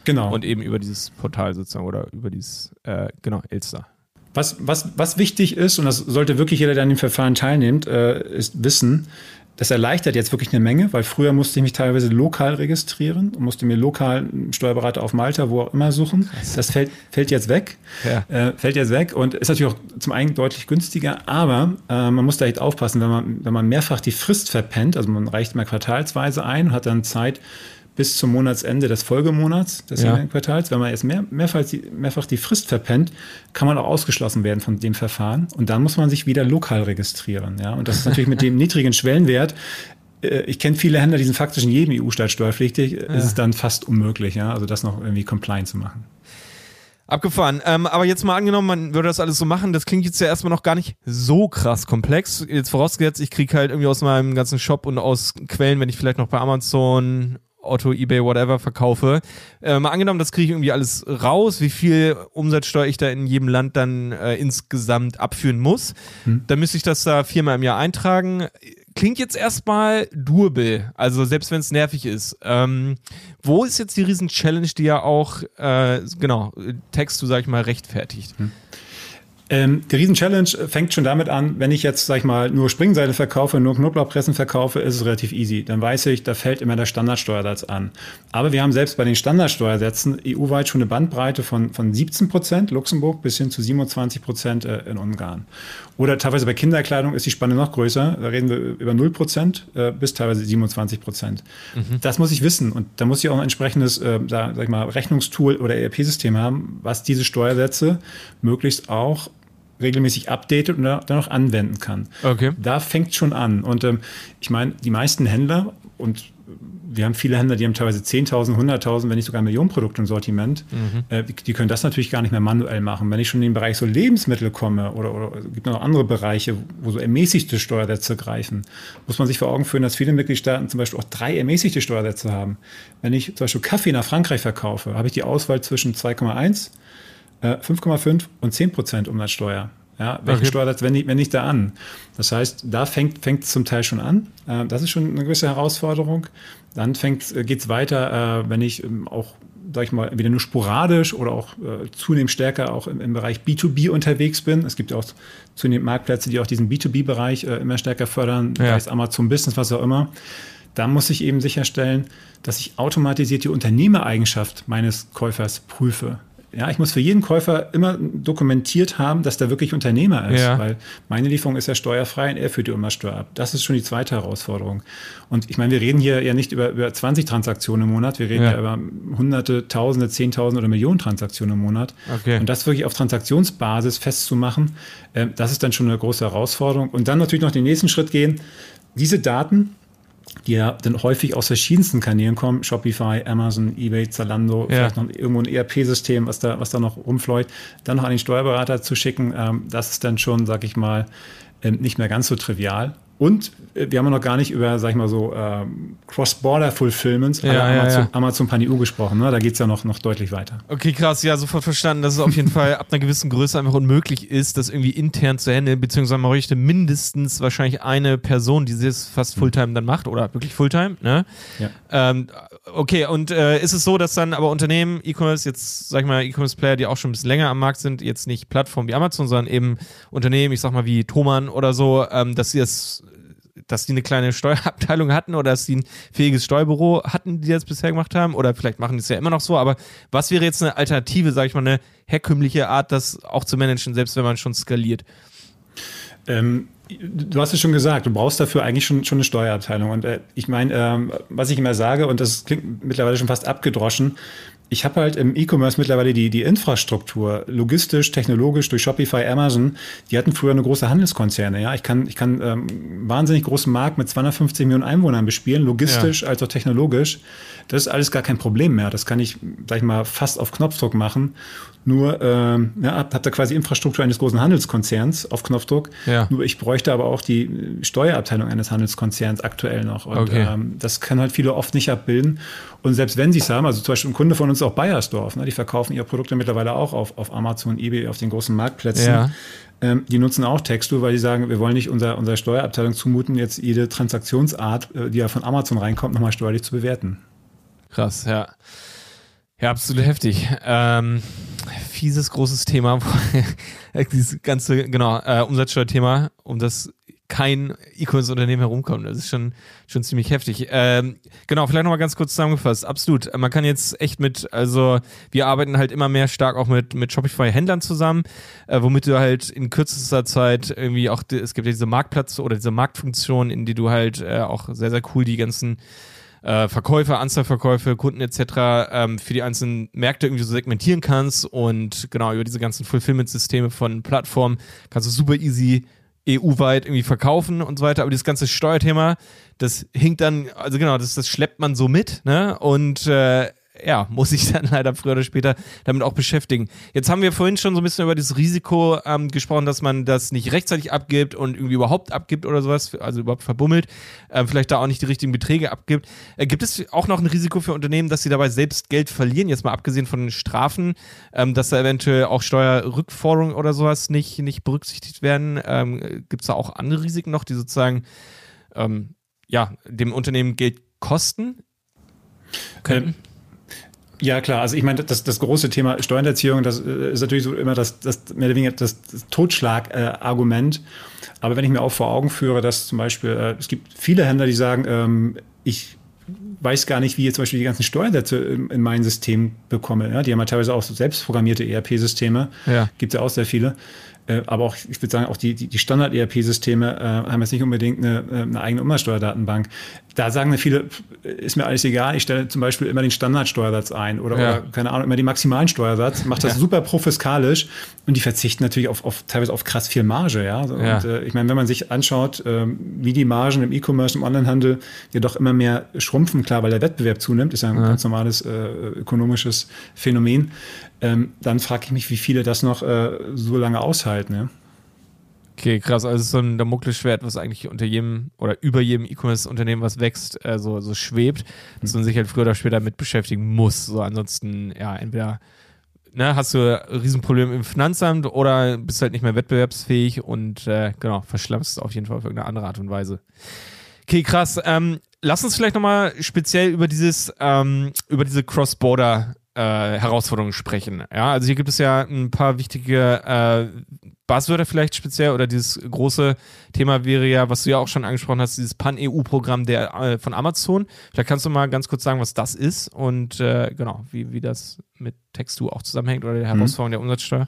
[SPEAKER 1] Genau.
[SPEAKER 2] Und eben über dieses Portal sozusagen oder über dieses, äh, genau, Elster.
[SPEAKER 1] Was, was, was wichtig ist, und das sollte wirklich jeder, der an dem Verfahren teilnimmt, äh, ist wissen, das erleichtert jetzt wirklich eine Menge, weil früher musste ich mich teilweise lokal registrieren und musste mir lokal einen Steuerberater auf Malta, wo auch immer suchen. Das fällt, fällt jetzt weg. Ja. Äh, fällt jetzt weg und ist natürlich auch zum einen deutlich günstiger, aber äh, man muss da echt aufpassen, wenn man, wenn man mehrfach die Frist verpennt, also man reicht mal quartalsweise ein und hat dann Zeit bis zum Monatsende des Folgemonats des ja. Quartals. Wenn man jetzt mehr, mehrfach, die, mehrfach die Frist verpennt, kann man auch ausgeschlossen werden von dem Verfahren. Und dann muss man sich wieder lokal registrieren. Ja? Und das ist natürlich mit dem niedrigen Schwellenwert. Äh, ich kenne viele Händler, die sind faktisch in jedem E U-Staat steuerpflichtig. Ja. Ist es dann fast unmöglich, ja? Also das noch irgendwie compliant zu machen.
[SPEAKER 2] Abgefahren. Ähm, aber jetzt mal angenommen, man würde das alles so machen, das klingt jetzt ja erstmal noch gar nicht so krass komplex. Jetzt vorausgesetzt, ich kriege halt irgendwie aus meinem ganzen Shop und aus Quellen, wenn ich vielleicht noch bei Amazon, Otto, eBay, whatever verkaufe. Äh, mal angenommen, das kriege ich irgendwie alles raus, wie viel Umsatzsteuer ich da in jedem Land dann äh, insgesamt abführen muss. Hm. Dann müsste ich das da viermal im Jahr eintragen. Klingt jetzt erstmal doable, also selbst wenn es nervig ist. Ähm, wo ist jetzt die Riesen-Challenge, die ja auch, äh, genau, Textu, sag ich mal, rechtfertigt? Hm.
[SPEAKER 1] Ähm, die Riesen-Challenge fängt schon damit an, wenn ich jetzt, sag ich mal, nur Springseite verkaufe, nur Knoblauchpressen verkaufe, ist es relativ easy. Dann weiß ich, da fällt immer der Standardsteuersatz an. Aber wir haben selbst bei den Standardsteuersätzen E U-weit schon eine Bandbreite von, von siebzehn Prozent Luxemburg bis hin zu siebenundzwanzig Prozent äh, in Ungarn. Oder teilweise bei Kinderkleidung ist die Spanne noch größer. Da reden wir über null Prozent äh, bis teilweise siebenundzwanzig Prozent. Mhm. Das muss ich wissen. Und da muss ich auch ein entsprechendes äh, da, sag ich mal, Rechnungstool oder E R P-System haben, was diese Steuersätze möglichst auch regelmäßig updatet und dann auch anwenden kann. Okay. Da fängt schon an. Und ähm, ich meine, die meisten Händler, und wir haben viele Händler, die haben teilweise zehntausend, hunderttausend, wenn nicht sogar Millionen Produkte im Sortiment, mhm. äh, die, die können das natürlich gar nicht mehr manuell machen. Wenn ich schon in den Bereich so Lebensmittel komme oder, oder es gibt noch andere Bereiche, wo so ermäßigte Steuersätze greifen, muss man sich vor Augen führen, dass viele Mitgliedstaaten zum Beispiel auch drei ermäßigte Steuersätze haben. Wenn ich zum Beispiel Kaffee nach Frankreich verkaufe, habe ich die Auswahl zwischen zwei Komma eins fünf Komma fünf und zehn Prozent Umsatzsteuer. Ja, welchen okay. Steuersatz wende ich, wende ich da an? Das heißt, da fängt fängt es zum Teil schon an. Äh, das ist schon eine gewisse Herausforderung. Dann geht es weiter, äh, wenn ich ähm, auch, sag ich mal, wieder nur sporadisch oder auch äh, zunehmend stärker auch im, im Bereich B zwei B unterwegs bin. Es gibt ja auch zunehmend Marktplätze, die auch diesen B zwei B-Bereich äh, immer stärker fördern, ja. sei es Amazon Business, was auch immer. Da muss ich eben sicherstellen, dass ich automatisiert die Unternehmereigenschaft meines Käufers prüfe. Ja, ich muss für jeden Käufer immer dokumentiert haben, dass der wirklich Unternehmer ist, ja. weil meine Lieferung ist ja steuerfrei und er führt die Umsatzsteuer ab. Das ist schon die zweite Herausforderung. Und ich meine, wir reden hier ja nicht über, über zwanzig Transaktionen im Monat, wir reden ja, ja über Hunderte, Tausende, Zehntausende oder Millionen Transaktionen im Monat. Okay. Und das wirklich auf Transaktionsbasis festzumachen, äh, das ist dann schon eine große Herausforderung. Und dann natürlich noch den nächsten Schritt gehen, diese Daten, die ja dann häufig aus verschiedensten Kanälen kommen, Shopify, Amazon, eBay, Zalando, ja. vielleicht noch irgendwo ein E R P-System, was da, was da noch rumfleucht, dann noch an den Steuerberater zu schicken, ähm, das ist dann schon, sag ich mal, äh, nicht mehr ganz so trivial. Und äh, wir haben noch gar nicht über, sag ich mal so, ähm, Cross-Border-Fulfillments ja, ja, Amazon, ja. Amazon Pan-E U gesprochen. Ne? Da geht es ja noch, noch deutlich weiter.
[SPEAKER 2] Okay, krass. Ja, sofort verstanden, dass es auf jeden Fall ab einer gewissen Größe einfach unmöglich ist, das irgendwie intern zu handeln, beziehungsweise man bräuchte mindestens wahrscheinlich eine Person, die das fast Fulltime dann macht oder wirklich Fulltime. Ne? Ja. Ähm, okay, und äh, ist es so, dass dann aber Unternehmen, E-Commerce, jetzt sag ich mal E-Commerce-Player, die auch schon ein bisschen länger am Markt sind, jetzt nicht Plattformen wie Amazon, sondern eben Unternehmen, ich sag mal wie Thomann oder so, ähm, dass sie das dass die eine kleine Steuerabteilung hatten oder dass die ein fähiges Steuerbüro hatten, die das bisher gemacht haben, oder vielleicht machen die es ja immer noch so, aber was wäre jetzt eine Alternative, sag ich mal, eine herkömmliche Art, das auch zu managen, selbst wenn man schon skaliert?
[SPEAKER 1] Ähm, du hast es schon gesagt, du brauchst dafür eigentlich schon, schon eine Steuerabteilung. Und äh, ich meine, ähm, was ich immer sage, und das klingt mittlerweile schon fast abgedroschen, ich habe halt im E-Commerce mittlerweile die, die Infrastruktur, logistisch, technologisch, durch Shopify, Amazon, die hatten früher eine große Handelskonzerne. Ja? Ich kann, ich kann ähm, wahnsinnig großen Markt mit zweihundertfünfzig Millionen Einwohnern bespielen, logistisch ja. als auch technologisch. Das ist alles gar kein Problem mehr. Das kann ich, sag ich mal, fast auf Knopfdruck machen. Nur ähm, ja, habt hab da quasi Infrastruktur eines großen Handelskonzerns auf Knopfdruck. Ja. Nur ich bräuchte aber auch die Steuerabteilung eines Handelskonzerns aktuell noch. Und okay. ähm, das kann halt viele oft nicht abbilden. Und selbst wenn sie es haben, also zum Beispiel ein Kunde von uns ist auch Bayersdorf, ne, die verkaufen ihre Produkte mittlerweile auch auf, auf Amazon, eBay, auf den großen Marktplätzen. Ja. Ähm, die nutzen auch Textu, weil die sagen, wir wollen nicht unserer, unserer Steuerabteilung zumuten, jetzt jede Transaktionsart, die ja von Amazon reinkommt, nochmal steuerlich zu bewerten.
[SPEAKER 2] Krass, ja. Ja, absolut heftig. Ähm, fieses, großes Thema. Dieses ganze, genau, äh, Umsatzsteuerthema, um das kein E-Commerce-Unternehmen herumkommt. Das ist schon, schon ziemlich heftig. Ähm, genau, vielleicht nochmal ganz kurz zusammengefasst. Absolut. Man kann jetzt echt mit, also wir arbeiten halt immer mehr stark auch mit, mit Shopify-Händlern zusammen, äh, womit du halt in kürzester Zeit irgendwie auch, es gibt ja diese Marktplatz- oder diese Marktfunktion, in die du halt äh, auch sehr, sehr cool die ganzen Äh, Verkäufe, Anzahlverkäufe, Kunden et cetera ähm, für die einzelnen Märkte irgendwie so segmentieren kannst und genau über diese ganzen Fulfillment-Systeme von Plattformen kannst du super easy E U-weit irgendwie verkaufen und so weiter, aber dieses ganze Steuerthema, das hinkt dann, also genau, das, das schleppt man so mit, ne, und äh, ja, muss ich dann leider früher oder später damit auch beschäftigen. Jetzt haben wir vorhin schon so ein bisschen über das Risiko ähm, gesprochen, dass man das nicht rechtzeitig abgibt und irgendwie überhaupt abgibt oder sowas, also überhaupt verbummelt, äh, vielleicht da auch nicht die richtigen Beträge abgibt. Äh, gibt es auch noch ein Risiko für Unternehmen, dass sie dabei selbst Geld verlieren, jetzt mal abgesehen von den Strafen, ähm, dass da eventuell auch Steuerrückforderungen oder sowas nicht, nicht berücksichtigt werden? Ähm, gibt es da auch andere Risiken noch, die sozusagen ähm, ja, dem Unternehmen Geld kosten können?
[SPEAKER 1] Ähm. Ja, klar. Also ich meine, das, das große Thema Steuerhinterziehung, das ist natürlich so immer das, das mehr oder weniger das, das Totschlagargument. Äh, Aber wenn ich mir auch vor Augen führe, dass zum Beispiel, äh, es gibt viele Händler, die sagen, ähm, ich weiß gar nicht, wie ich zum Beispiel die ganzen Steuersätze in, in mein System bekomme. Ja? Die haben ja teilweise auch so selbstprogrammierte E R P-Systeme. Ja. Gibt es ja auch sehr viele. Äh, aber auch, ich würde sagen, auch die, die, die Standard-E R P-Systeme äh, haben jetzt nicht unbedingt eine, eine eigene Umsatzsteuerdatenbank. Da sagen ja viele, ist mir alles egal, ich stelle zum Beispiel immer den Standardsteuersatz ein oder, ja. oder keine Ahnung, immer den maximalen Steuersatz, macht das ja. super profiskalisch und die verzichten natürlich auf, auf teilweise auf krass viel Marge. Ja? So, ja. Und äh, ich meine, wenn man sich anschaut, äh, wie die Margen im E-Commerce, im Onlinehandel ja doch immer mehr schrumpfen, klar, weil der Wettbewerb zunimmt, ist ja ein ja. ganz normales äh, ökonomisches Phänomen, ähm, dann frage ich mich, wie viele das noch äh, so lange aushalten. Ja?
[SPEAKER 2] Okay, krass. Also so ein Damoklesschwert, was eigentlich unter jedem oder über jedem E-Commerce-Unternehmen, was wächst, äh, so, so schwebt, dass man sich halt früher oder später mit beschäftigen muss. So ansonsten, ja, entweder ne, hast du ein Riesenproblem im Finanzamt oder bist halt nicht mehr wettbewerbsfähig und äh, genau, verschlammst auf jeden Fall auf irgendeine andere Art und Weise. Okay, krass. Ähm, lass uns vielleicht nochmal speziell über dieses, ähm, über diese Cross-Border Äh, Herausforderungen sprechen. Ja, also hier gibt es ja ein paar wichtige äh, Buzzwörter vielleicht speziell oder dieses große Thema wäre ja, was du ja auch schon angesprochen hast, dieses Pan-E U-Programm der äh, von Amazon. Vielleicht kannst du mal ganz kurz sagen, was das ist und äh, genau, wie, wie das mit Text-To auch zusammenhängt oder der Herausforderung mhm. der Umsatzsteuer.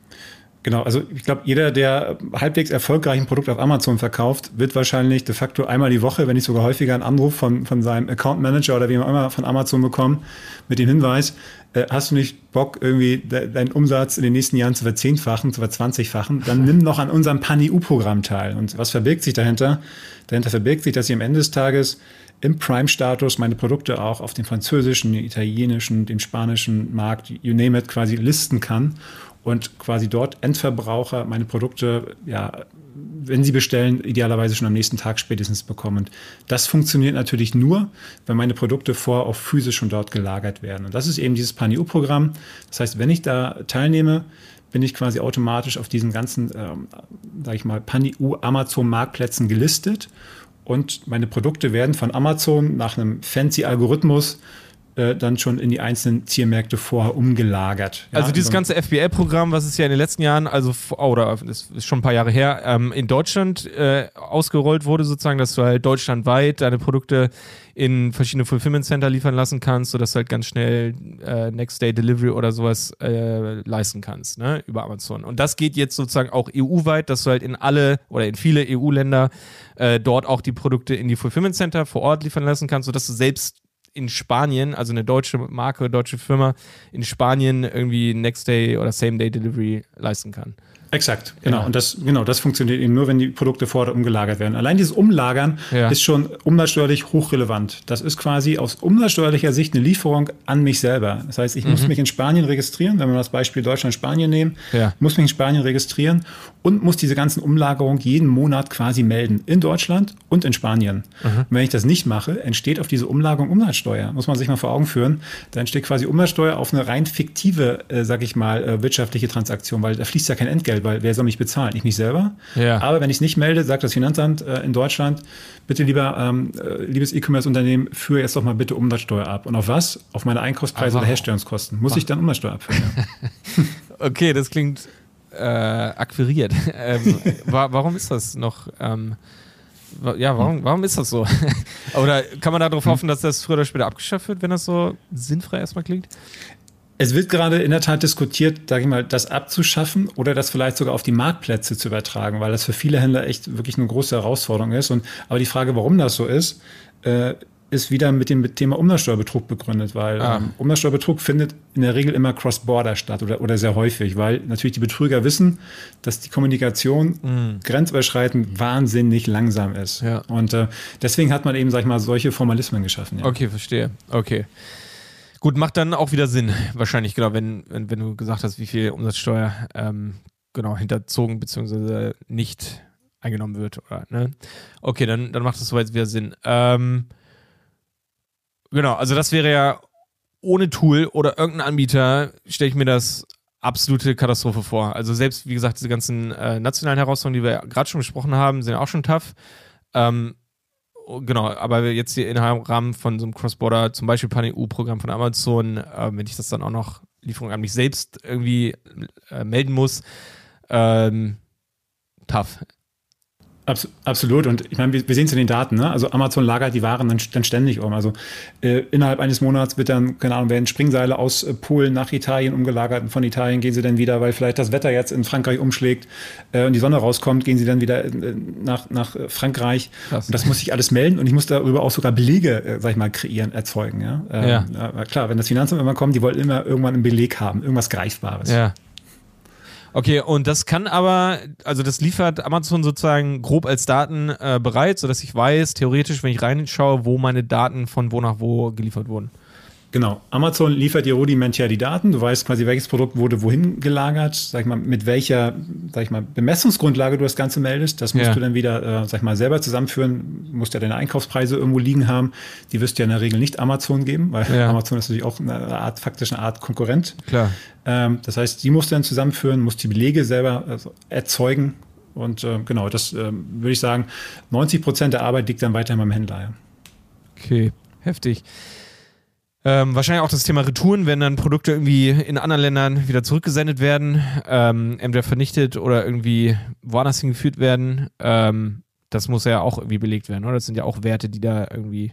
[SPEAKER 1] Genau, also ich glaube, jeder, der halbwegs erfolgreich ein Produkt auf Amazon verkauft, wird wahrscheinlich de facto einmal die Woche, wenn nicht sogar häufiger, einen Anruf von, von seinem Account Manager oder wie auch immer von Amazon bekommen mit dem Hinweis, äh, hast du nicht Bock, irgendwie de- deinen Umsatz in den nächsten Jahren zu verzehnfachen, zu verzwanzigfachen, dann nimm noch an unserem Pan-E U-Programm teil. Und was verbirgt sich dahinter? Dahinter verbirgt sich, dass ich am Ende des Tages im Prime-Status meine Produkte auch auf den französischen, den italienischen, den spanischen Markt, you name it, quasi listen kann und quasi dort Endverbraucher meine Produkte, ja, wenn sie bestellen, idealerweise schon am nächsten Tag spätestens bekommen. Und das funktioniert natürlich nur, wenn meine Produkte vorher auch physisch schon dort gelagert werden. Und das ist eben dieses Pan-E U-Programm. Das heißt, wenn ich da teilnehme, bin ich quasi automatisch auf diesen ganzen, ähm, sage ich mal, Pan-E U-Amazon-Marktplätzen gelistet. Und meine Produkte werden von Amazon nach einem fancy Algorithmus äh, dann schon in die einzelnen Zielmärkte vorher umgelagert. Ja?
[SPEAKER 2] Also dieses ganze F B A-Programm, was es ja in den letzten Jahren, also oder das ist schon ein paar Jahre her, ähm, in Deutschland äh, ausgerollt wurde sozusagen, dass du halt deutschlandweit deine Produkte in verschiedene Fulfillment Center liefern lassen kannst, sodass du halt ganz schnell äh, Next Day Delivery oder sowas äh, leisten kannst, ne, über Amazon. Und das geht jetzt sozusagen auch E U-weit, dass du halt in alle oder in viele E U-Länder äh, dort auch die Produkte in die Fulfillment Center vor Ort liefern lassen kannst, sodass du selbst in Spanien, also eine deutsche Marke, deutsche Firma, in Spanien irgendwie Next Day oder Same Day Delivery leisten kann.
[SPEAKER 1] Exakt, genau. Ja. Und das, genau, das funktioniert eben nur, wenn die Produkte vorher umgelagert werden. Allein dieses Umlagern ja. ist schon umsatzsteuerlich hochrelevant. Das ist quasi aus umsatzsteuerlicher Sicht eine Lieferung an mich selber. Das heißt, ich mhm. muss mich in Spanien registrieren, wenn wir das Beispiel Deutschland-Spanien nehmen, ja. muss mich in Spanien registrieren und muss diese ganzen Umlagerungen jeden Monat quasi melden. In Deutschland und in Spanien. Mhm. Und wenn ich das nicht mache, entsteht auf diese Umlagerung Umsatzsteuer. Muss man sich mal vor Augen führen. Da entsteht quasi Umsatzsteuer auf eine rein fiktive, äh, sag ich mal, äh, wirtschaftliche Transaktion, weil da fließt ja kein Entgelt passiert, weil wer soll mich bezahlen? Ich mich selber.
[SPEAKER 2] Ja.
[SPEAKER 1] Aber wenn ich es nicht melde, sagt das Finanzamt äh, in Deutschland, bitte lieber, ähm, äh, liebes E-Commerce-Unternehmen, führe jetzt doch mal bitte Umsatzsteuer ab. Und auf was? Auf meine Einkaufspreise
[SPEAKER 2] Aha.
[SPEAKER 1] oder Herstellungskosten. Muss ich dann Umsatzsteuer abführen? Ja.
[SPEAKER 2] Okay, das klingt äh, akquiriert. ähm, wa- warum ist das noch? Ähm, wa- ja, warum, warum ist das so? Oder kann man darauf hoffen, dass das früher oder später abgeschafft wird, wenn das so sinnfrei erstmal klingt?
[SPEAKER 1] Es wird gerade in der Tat diskutiert, sage ich mal, das abzuschaffen oder das vielleicht sogar auf die Marktplätze zu übertragen, weil das für viele Händler echt wirklich eine große Herausforderung ist. Und, aber die Frage, warum das so ist, äh, ist wieder mit dem Thema Umsatzsteuerbetrug begründet, weil
[SPEAKER 2] Ah.
[SPEAKER 1] ähm, Umsatzsteuerbetrug findet in der Regel immer cross-border statt oder, oder sehr häufig, weil natürlich die Betrüger wissen, dass die Kommunikation
[SPEAKER 2] Mhm.
[SPEAKER 1] grenzüberschreitend wahnsinnig langsam ist.
[SPEAKER 2] Ja.
[SPEAKER 1] Und äh, deswegen hat man eben, sag ich mal, solche Formalismen geschaffen. Ja.
[SPEAKER 2] Okay, verstehe. Okay. Gut, macht dann auch wieder Sinn, wahrscheinlich, genau, wenn, wenn, wenn du gesagt hast, wie viel Umsatzsteuer ähm, genau hinterzogen bzw. nicht eingenommen wird. Oder, ne? Okay, dann, dann macht das soweit wieder Sinn. Ähm, genau, also das wäre ja ohne Tool oder irgendein Anbieter, stelle ich mir das absolute Katastrophe vor. Also selbst, wie gesagt, diese ganzen äh, nationalen Herausforderungen, die wir gerade schon besprochen haben, sind auch schon tough. Ähm, Genau, aber jetzt hier im Rahmen von so einem Cross-Border, zum Beispiel Pan-E U-Programm von Amazon, äh, wenn ich das dann auch noch Lieferung an mich selbst irgendwie äh, melden muss, ähm, tough.
[SPEAKER 1] Abs- Absolut. Und ich meine, wir, wir sehen es in den Daten, ne? Also Amazon lagert die Waren dann, dann ständig um. Also äh, innerhalb eines Monats wird dann, keine Ahnung, werden Springseile aus äh, Polen nach Italien umgelagert und von Italien gehen sie dann wieder, weil vielleicht das Wetter jetzt in Frankreich umschlägt äh, und die Sonne rauskommt, gehen sie dann wieder äh, nach, nach äh, Frankreich.
[SPEAKER 2] Krass.
[SPEAKER 1] Und das muss ich alles melden und ich muss darüber auch sogar Belege, äh, sag ich mal, kreieren, erzeugen. Ja? Ähm,
[SPEAKER 2] Ja.
[SPEAKER 1] ja, klar, wenn das Finanzamt immer kommt, die wollen immer irgendwann einen Beleg haben, irgendwas Greifbares.
[SPEAKER 2] Ja. Okay, und das kann aber, also das liefert Amazon sozusagen grob als Daten äh, bereit, sodass ich weiß, theoretisch, wenn ich reinschaue, wo meine Daten von wo nach wo geliefert wurden.
[SPEAKER 1] Genau. Amazon liefert dir rudimentär die Daten. Du weißt quasi, welches Produkt wurde wohin gelagert, sag ich mal, mit welcher, sag ich mal, Bemessungsgrundlage du das Ganze meldest. Das musst
[SPEAKER 2] Ja.
[SPEAKER 1] du dann wieder, äh, sag ich mal, selber zusammenführen. Du musst ja deine Einkaufspreise irgendwo liegen haben. Die wirst du ja in der Regel nicht Amazon geben, weil
[SPEAKER 2] Ja.
[SPEAKER 1] Amazon ist natürlich auch eine Art, faktisch eine Art Konkurrent.
[SPEAKER 2] Klar.
[SPEAKER 1] Ähm, das heißt, die musst du dann zusammenführen, musst die Belege selber also, erzeugen. Und äh, genau, das äh, würde ich sagen, neunzig Prozent der Arbeit liegt dann weiterhin beim Händler. Ja.
[SPEAKER 2] Okay, heftig. Ähm, wahrscheinlich auch das Thema Retouren, wenn dann Produkte irgendwie in anderen Ländern wieder zurückgesendet werden, ähm, entweder vernichtet oder irgendwie woanders hingeführt werden. Ähm, das muss ja auch irgendwie belegt werden, oder? Das sind ja auch Werte, die da irgendwie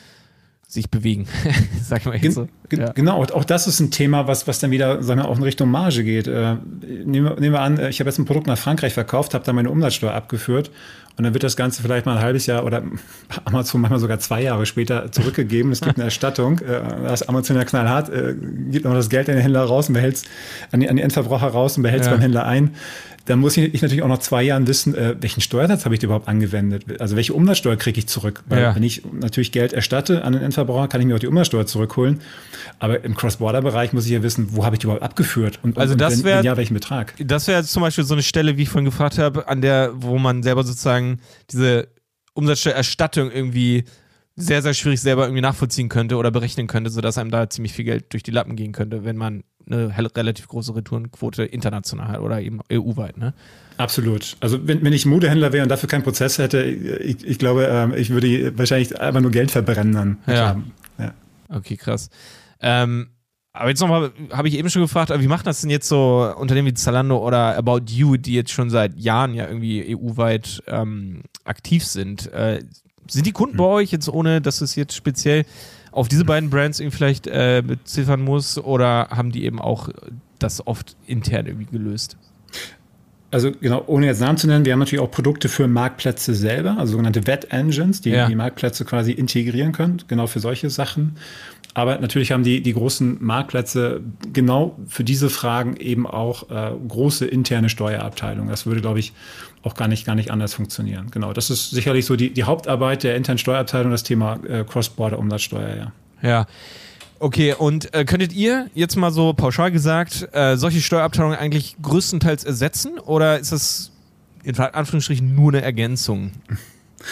[SPEAKER 2] sich bewegen, sag ich mal jetzt so.
[SPEAKER 1] Gen-
[SPEAKER 2] Ja.
[SPEAKER 1] Genau, auch das ist ein Thema, was, was dann wieder, sagen wir, auch in Richtung Marge geht. Äh, nehmen, wir, nehmen wir an, ich habe jetzt ein Produkt nach Frankreich verkauft, habe da meine Umsatzsteuer abgeführt und dann wird das Ganze vielleicht mal ein halbes Jahr oder Amazon manchmal sogar zwei Jahre später zurückgegeben. Es gibt eine Erstattung, äh, das ist Amazon ja knallhart, äh, gibt noch das Geld an den Händler raus und behält es an, die, an den Endverbraucher raus und behält es
[SPEAKER 2] Ja.
[SPEAKER 1] beim Händler ein. Dann muss ich, ich natürlich auch nach zwei Jahren wissen, äh, welchen Steuersatz habe ich überhaupt angewendet? Also welche Umsatzsteuer kriege ich zurück? Weil
[SPEAKER 2] Ja.
[SPEAKER 1] wenn ich natürlich Geld erstatte an den Endverbraucher, kann ich mir auch die Umsatzsteuer zurückholen. Aber im Cross-Border-Bereich muss ich ja wissen, wo habe ich die überhaupt abgeführt? Und,
[SPEAKER 2] Also
[SPEAKER 1] und
[SPEAKER 2] das
[SPEAKER 1] wenn,
[SPEAKER 2] wär-
[SPEAKER 1] wenn ja, welchen Betrag?
[SPEAKER 2] Das wäre jetzt zum Beispiel so eine Stelle, wie ich vorhin gefragt habe, an der, wo man selber sozusagen diese Umsatzsteuererstattung irgendwie sehr, sehr schwierig selber irgendwie nachvollziehen könnte oder berechnen könnte, sodass einem da ziemlich viel Geld durch die Lappen gehen könnte, wenn man eine hel- relativ große Retourenquote international hat oder eben E U-weit, ne?
[SPEAKER 1] Absolut. Also wenn, wenn ich Modehändler wäre und dafür keinen Prozess hätte, ich, ich glaube, ähm, ich würde wahrscheinlich einfach nur Geld verbrennen dann.
[SPEAKER 2] Ja.
[SPEAKER 1] Ja.
[SPEAKER 2] Okay, krass. Ähm, aber jetzt nochmal, habe ich eben schon gefragt, aber wie machen das denn jetzt so Unternehmen wie Zalando oder About You, die jetzt schon seit Jahren ja irgendwie E U-weit ähm, aktiv sind? Äh, sind die Kunden bei euch jetzt, ohne dass es jetzt speziell auf diese beiden Brands irgendwie vielleicht äh, beziffern muss, oder haben die eben auch das oft intern irgendwie gelöst?
[SPEAKER 1] Also genau, ohne jetzt Namen zu nennen, wir haben natürlich auch Produkte für Marktplätze selber, also sogenannte Wet-Engines, die
[SPEAKER 2] Ja.
[SPEAKER 1] die Marktplätze quasi integrieren können, genau für solche Sachen. Aber natürlich haben die, die großen Marktplätze genau für diese Fragen eben auch äh, große interne Steuerabteilungen. Das würde, glaube ich, auch gar nicht, gar nicht anders funktionieren. Genau, das ist sicherlich so die, die Hauptarbeit der internen Steuerabteilung, das Thema äh, Cross-Border-Umsatzsteuer, ja.
[SPEAKER 2] Ja. Okay, und äh, könntet ihr jetzt mal so pauschal gesagt äh, solche Steuerabteilungen eigentlich größtenteils ersetzen, oder ist das in Anführungsstrichen nur eine Ergänzung?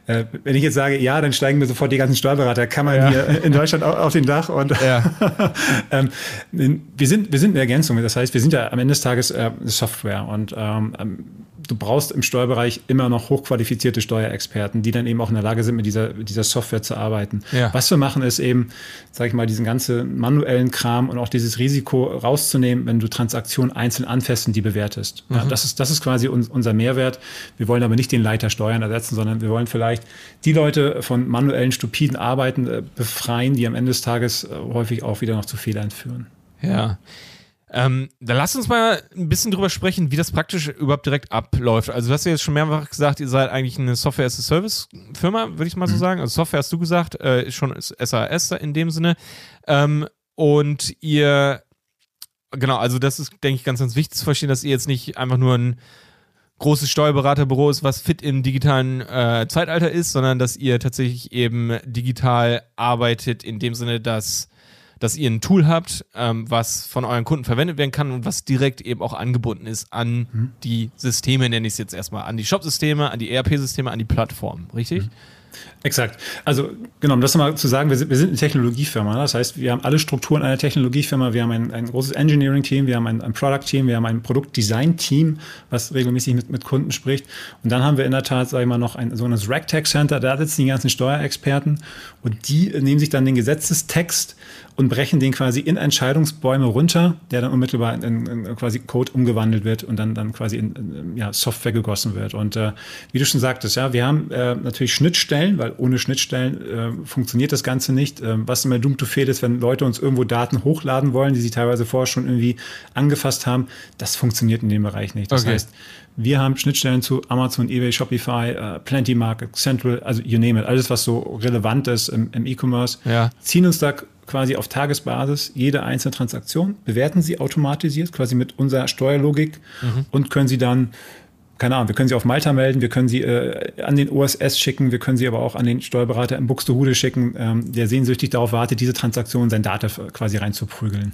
[SPEAKER 1] Äh, wenn ich jetzt sage, ja, dann steigen mir sofort die ganzen Steuerberater, kann man ja. hier in Deutschland auf, auf den Dach. Und ja. ähm, wir sind, wir sind eine Ergänzung. Das heißt, wir sind ja am Ende des Tages äh, Software und ähm, du brauchst im Steuerbereich immer noch hochqualifizierte Steuerexperten, die dann eben auch in der Lage sind, mit dieser, mit dieser Software zu arbeiten. Ja. Was wir machen, ist eben, sag ich mal, diesen ganzen manuellen Kram und auch dieses Risiko rauszunehmen, wenn du Transaktionen einzeln anfasst und die bewertest. Mhm. Ja, das ist, das ist quasi uns, unser Mehrwert. Wir wollen aber nicht den Leiter Steuern ersetzen, sondern wir wollen vielleicht die Leute von manuellen, stupiden Arbeiten äh, befreien, die am Ende des Tages äh, häufig auch wieder noch zu Fehlern führen.
[SPEAKER 2] Ja. Ähm, dann lasst uns mal ein bisschen drüber sprechen, wie das praktisch überhaupt direkt abläuft. Also du hast ja jetzt schon mehrfach gesagt, ihr seid eigentlich eine Software-as-a-Service-Firma, würde ich mal so mhm. sagen. Also Software hast du gesagt, äh, ist schon S A S in dem Sinne. Ähm, und ihr, genau, also das ist, denke ich, ganz, ganz wichtig zu verstehen, dass ihr jetzt nicht einfach nur ein großes Steuerberaterbüro ist, was fit im digitalen äh, Zeitalter ist, sondern dass ihr tatsächlich eben digital arbeitet in dem Sinne, dass dass ihr ein Tool habt, ähm, was von euren Kunden verwendet werden kann und was direkt eben auch angebunden ist an mhm. die Systeme, nenne ich es jetzt erstmal, an die Shop-Systeme, an die E R P-Systeme, an die Plattform, richtig?
[SPEAKER 1] Mhm. Exakt. Also genau, um das nochmal zu sagen, wir sind, wir sind eine Technologiefirma. Das heißt, wir haben alle Strukturen einer Technologiefirma. Wir haben ein, ein großes Engineering-Team, wir haben ein, ein Product-Team, wir haben ein Produkt-Design-Team, was regelmäßig mit, mit Kunden spricht. Und dann haben wir in der Tat, sage ich mal, noch ein sogenanntes RegTech-Center. Da sitzen die ganzen Steuerexperten und die nehmen sich dann den Gesetzestext und brechen den quasi in Entscheidungsbäume runter, der dann unmittelbar in, in, in quasi Code umgewandelt wird und dann, dann quasi in, in ja, Software gegossen wird. Und äh, wie du schon sagtest, ja, wir haben äh, natürlich Schnittstellen, weil ohne Schnittstellen äh, funktioniert das Ganze nicht. Äh, was immer dumm zu fehl ist, wenn Leute uns irgendwo Daten hochladen wollen, die sie teilweise vorher schon irgendwie angefasst haben, das funktioniert in dem Bereich nicht. Das okay. heißt, wir haben Schnittstellen zu Amazon, eBay, Shopify, uh, Plenty Market, Central, also you name it, alles, was so relevant ist im, im E-Commerce, ja. ziehen uns da quasi auf Tagesbasis jede einzelne Transaktion, bewerten sie automatisiert, quasi mit unserer Steuerlogik mhm. und können sie dann, keine Ahnung, wir können sie auf Malta melden, wir können sie äh, an den O S S schicken, wir können sie aber auch an den Steuerberater in Buxtehude schicken, ähm, der sehnsüchtig darauf wartet, diese Transaktion, sein Data quasi reinzuprügeln.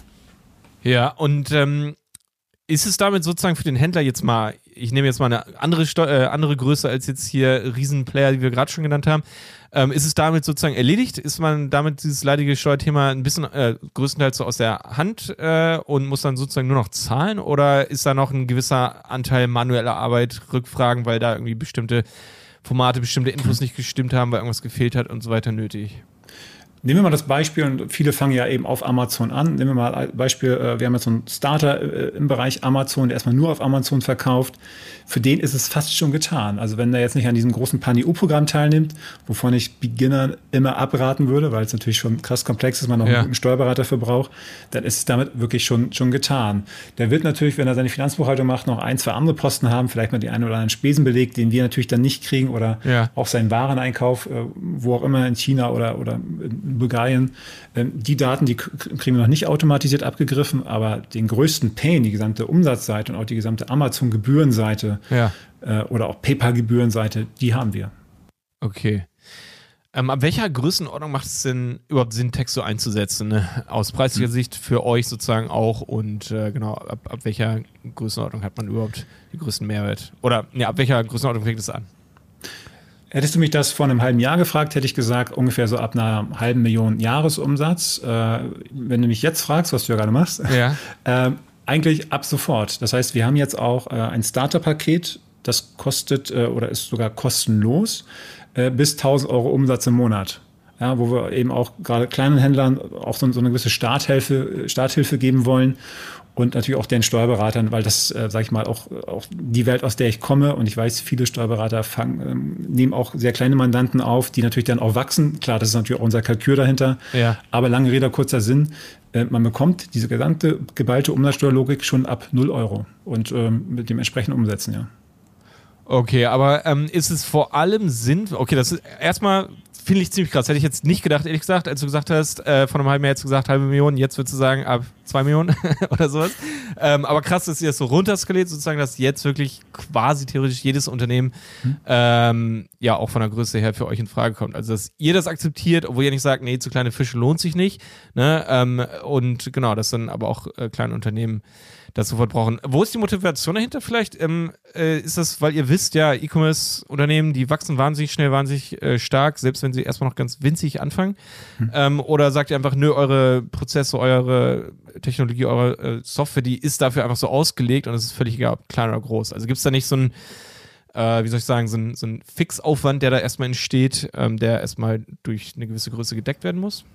[SPEAKER 2] Ja, und ähm, ist es damit sozusagen für den Händler jetzt mal, ich nehme jetzt mal eine andere, Steu- äh, andere Größe als jetzt hier Riesenplayer, die wir gerade schon genannt haben, ähm, ist es damit sozusagen erledigt? Ist man damit dieses leidige Steuerthema ein bisschen äh, größtenteils so aus der Hand äh, und muss dann sozusagen nur noch zahlen? Oder ist da noch ein gewisser Anteil manueller Arbeit, Rückfragen, weil da irgendwie bestimmte Formate, bestimmte Infos nicht gestimmt haben, weil irgendwas gefehlt hat und so weiter nötig?
[SPEAKER 1] Nehmen wir mal das Beispiel, und viele fangen ja eben auf Amazon an. Nehmen wir mal ein Beispiel, wir haben jetzt so einen Starter im Bereich Amazon, der erstmal nur auf Amazon verkauft. Für den ist es fast schon getan. Also wenn der jetzt nicht an diesem großen P A N I U-Programm teilnimmt, wovon ich Beginnern immer abraten würde, weil es natürlich schon krass komplex ist, man noch ja. einen guten Steuerberater für braucht, dann ist es damit wirklich schon, schon getan. Der wird natürlich, wenn er seine Finanzbuchhaltung macht, noch ein, zwei andere Posten haben, vielleicht mal die einen oder anderen Spesenbeleg, den wir natürlich dann nicht kriegen, oder ja. auch seinen Wareneinkauf, wo auch immer in China oder, oder in Bulgarien. Die Daten, die kriegen wir noch nicht automatisiert abgegriffen, aber den größten Pain, die gesamte Umsatzseite und auch die gesamte Amazon-Gebührenseite ja. äh, oder auch PayPal-Gebührenseite, die haben wir.
[SPEAKER 2] Okay. Ähm, ab welcher Größenordnung macht es denn überhaupt Sinn, Text so einzusetzen? Ne? Aus preislicher mhm. Sicht für euch sozusagen auch, und äh, genau, ab, ab welcher Größenordnung hat man überhaupt die größten Mehrwert? Oder ne, ab welcher Größenordnung fängt es an?
[SPEAKER 1] Hättest du mich das vor einem halben Jahr gefragt, hätte ich gesagt, ungefähr so ab einer halben Million Jahresumsatz. Äh, wenn du mich jetzt fragst, was du ja gerade machst, ja. äh, eigentlich ab sofort. Das heißt, wir haben jetzt auch äh, ein Starter-Paket, das kostet äh, oder ist sogar kostenlos äh, bis tausend Euro Umsatz im Monat. Ja, wo wir eben auch gerade kleinen Händlern auch so, so eine gewisse Starthilfe, Starthilfe geben wollen. Und natürlich auch den Steuerberatern, weil das, äh, sage ich mal, auch, auch die Welt, aus der ich komme. Und ich weiß, viele Steuerberater fangen, ähm, nehmen auch sehr kleine Mandanten auf, die natürlich dann auch wachsen. Klar, das ist natürlich auch unser Kalkül dahinter. Ja. Aber lange Rede, kurzer Sinn. Äh, man bekommt diese gesamte geballte Umsatzsteuerlogik schon ab null Euro und ähm, mit dem entsprechenden Umsetzen, ja.
[SPEAKER 2] Okay, aber ähm, ist es vor allem Sinn, okay, das ist erstmal, finde ich ziemlich krass. Hätte ich jetzt nicht gedacht, ehrlich gesagt, als du gesagt hast, äh, von einem halben Jahr jetzt gesagt, halbe Million, jetzt würdest du sagen, ab zwei Millionen oder sowas. Ähm, aber krass, dass ihr das so runterskaliert, sozusagen, dass jetzt wirklich quasi theoretisch jedes Unternehmen hm. ähm, ja auch von der Größe her für euch in Frage kommt. Also, dass ihr das akzeptiert, obwohl ihr nicht sagt, nee, zu kleine Fische lohnt sich nicht. Ne? Ähm, und genau, dass dann aber auch äh, kleine Unternehmen das sofort brauchen. Wo ist die Motivation dahinter vielleicht? Ähm, äh, ist das, weil ihr wisst, ja, E-Commerce-Unternehmen, die wachsen wahnsinnig schnell, wahnsinnig äh, stark, selbst wenn sie erstmal noch ganz winzig anfangen? Hm. Ähm, oder sagt ihr einfach, nö, eure Prozesse, eure Technologie, eure äh, Software, die ist dafür einfach so ausgelegt und es ist völlig egal, ob klein oder groß. Also gibt es da nicht so ein, äh, wie soll ich sagen, so ein, so ein Fixaufwand, der da erstmal entsteht, ähm, der erstmal durch eine gewisse Größe gedeckt werden muss?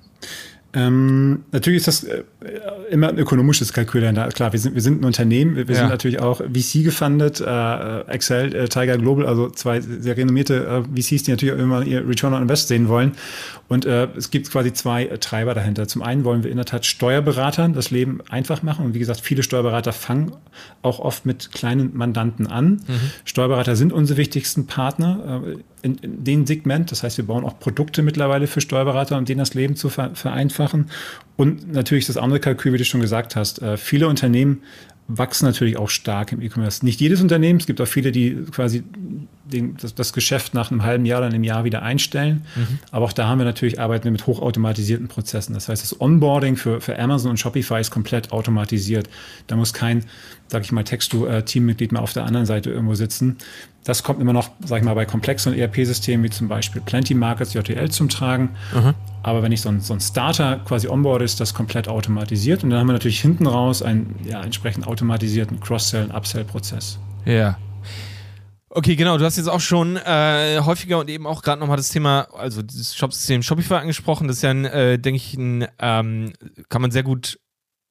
[SPEAKER 1] Ähm, natürlich ist das äh, immer ein ökonomisches Kalkül dahinter. Klar, wir sind, wir sind ein Unternehmen, wir, wir ja. sind natürlich auch V C gefundet, äh, Excel, äh, Tiger Global, also zwei sehr renommierte äh, V Cs, die natürlich auch immer ihr Return on Invest sehen wollen. Und äh, es gibt quasi zwei äh, Treiber dahinter. Zum einen wollen wir in der Tat Steuerberatern das Leben einfach machen. Und wie gesagt, viele Steuerberater fangen auch oft mit kleinen Mandanten an. Mhm. Steuerberater sind unsere wichtigsten Partner äh, in, in dem Segment. Das heißt, wir bauen auch Produkte mittlerweile für Steuerberater, um denen das Leben zu ver- vereinfachen. Und natürlich das andere Kalkül, wie du schon gesagt hast. Äh, viele Unternehmen wachsen natürlich auch stark im E-Commerce. Nicht jedes Unternehmen. Es gibt auch viele, die quasi den, das, das Geschäft nach einem halben Jahr oder einem Jahr wieder einstellen. Mhm. Aber auch da haben wir natürlich, arbeiten wir mit hochautomatisierten Prozessen. Das heißt, das Onboarding für, für Amazon und Shopify ist komplett automatisiert. Da muss kein, sag ich mal, Textu-Teammitglied mehr auf der anderen Seite irgendwo sitzen. Das kommt immer noch, sag ich mal, bei komplexen E R P-Systemen wie zum Beispiel Plenty Markets, J T L zum Tragen. Mhm. Aber wenn ich so ein, so ein Starter quasi onboard, ist das komplett automatisiert. Und dann haben wir natürlich hinten raus einen ja, entsprechend automatisierten Cross-Sell- und Upsell-Prozess.
[SPEAKER 2] Ja. Okay, genau. Du hast jetzt auch schon äh, häufiger und eben auch gerade nochmal das Thema, also das Shop-System Shopify angesprochen. Das ist ja, ein, äh, denke ich, ein, ähm, kann man sehr gut,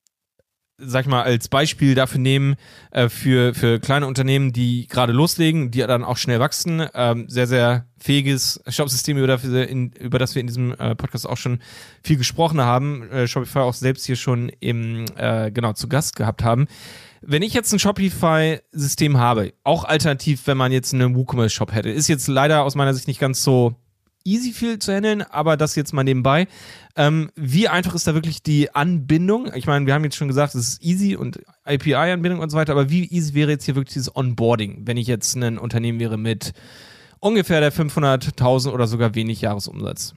[SPEAKER 2] sag ich mal, als Beispiel dafür nehmen, äh, für, für kleine Unternehmen, die gerade loslegen, die dann auch schnell wachsen. Ähm, sehr, sehr fähiges Shop-System, über, dafür in, über das wir in diesem äh, Podcast auch schon viel gesprochen haben. Äh, Shopify auch selbst hier schon im, äh, genau, zu Gast gehabt haben. Wenn ich jetzt ein Shopify-System habe, auch alternativ, wenn man jetzt einen WooCommerce-Shop hätte, ist jetzt leider aus meiner Sicht nicht ganz so easy viel zu handeln, aber das jetzt mal nebenbei. Ähm, wie einfach ist da wirklich die Anbindung? Ich meine, wir haben jetzt schon gesagt, es ist easy und A P I-Anbindung und so weiter, aber wie easy wäre jetzt hier wirklich dieses Onboarding, wenn ich jetzt ein Unternehmen wäre mit ungefähr der fünfhunderttausend oder sogar wenig Jahresumsatz?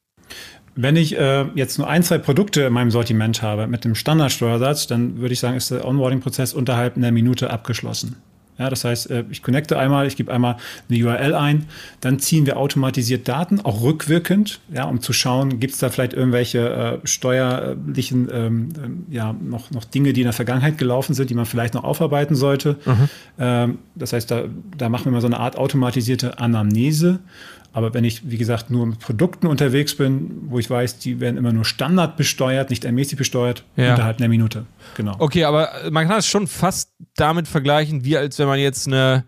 [SPEAKER 1] Wenn ich äh, jetzt nur ein, zwei Produkte in meinem Sortiment habe mit dem Standardsteuersatz, dann würde ich sagen, ist der Onboarding-Prozess unterhalb einer Minute abgeschlossen. Ja, das heißt, äh, ich connecte einmal, ich gebe einmal eine U R L ein, dann ziehen wir automatisiert Daten, auch rückwirkend, ja, um zu schauen, gibt es da vielleicht irgendwelche äh, steuerlichen ähm, äh, ja, noch, noch Dinge, die in der Vergangenheit gelaufen sind, die man vielleicht noch aufarbeiten sollte. Mhm. Ähm, das heißt, da, da machen wir mal so eine Art automatisierte Anamnese. Aber wenn ich, wie gesagt, nur mit Produkten unterwegs bin, wo ich weiß, die werden immer nur Standard besteuert, nicht ermäßig besteuert, ja. Unterhalb einer Minute. Genau.
[SPEAKER 2] Okay, aber man kann es schon fast damit vergleichen, wie als wenn man jetzt eine,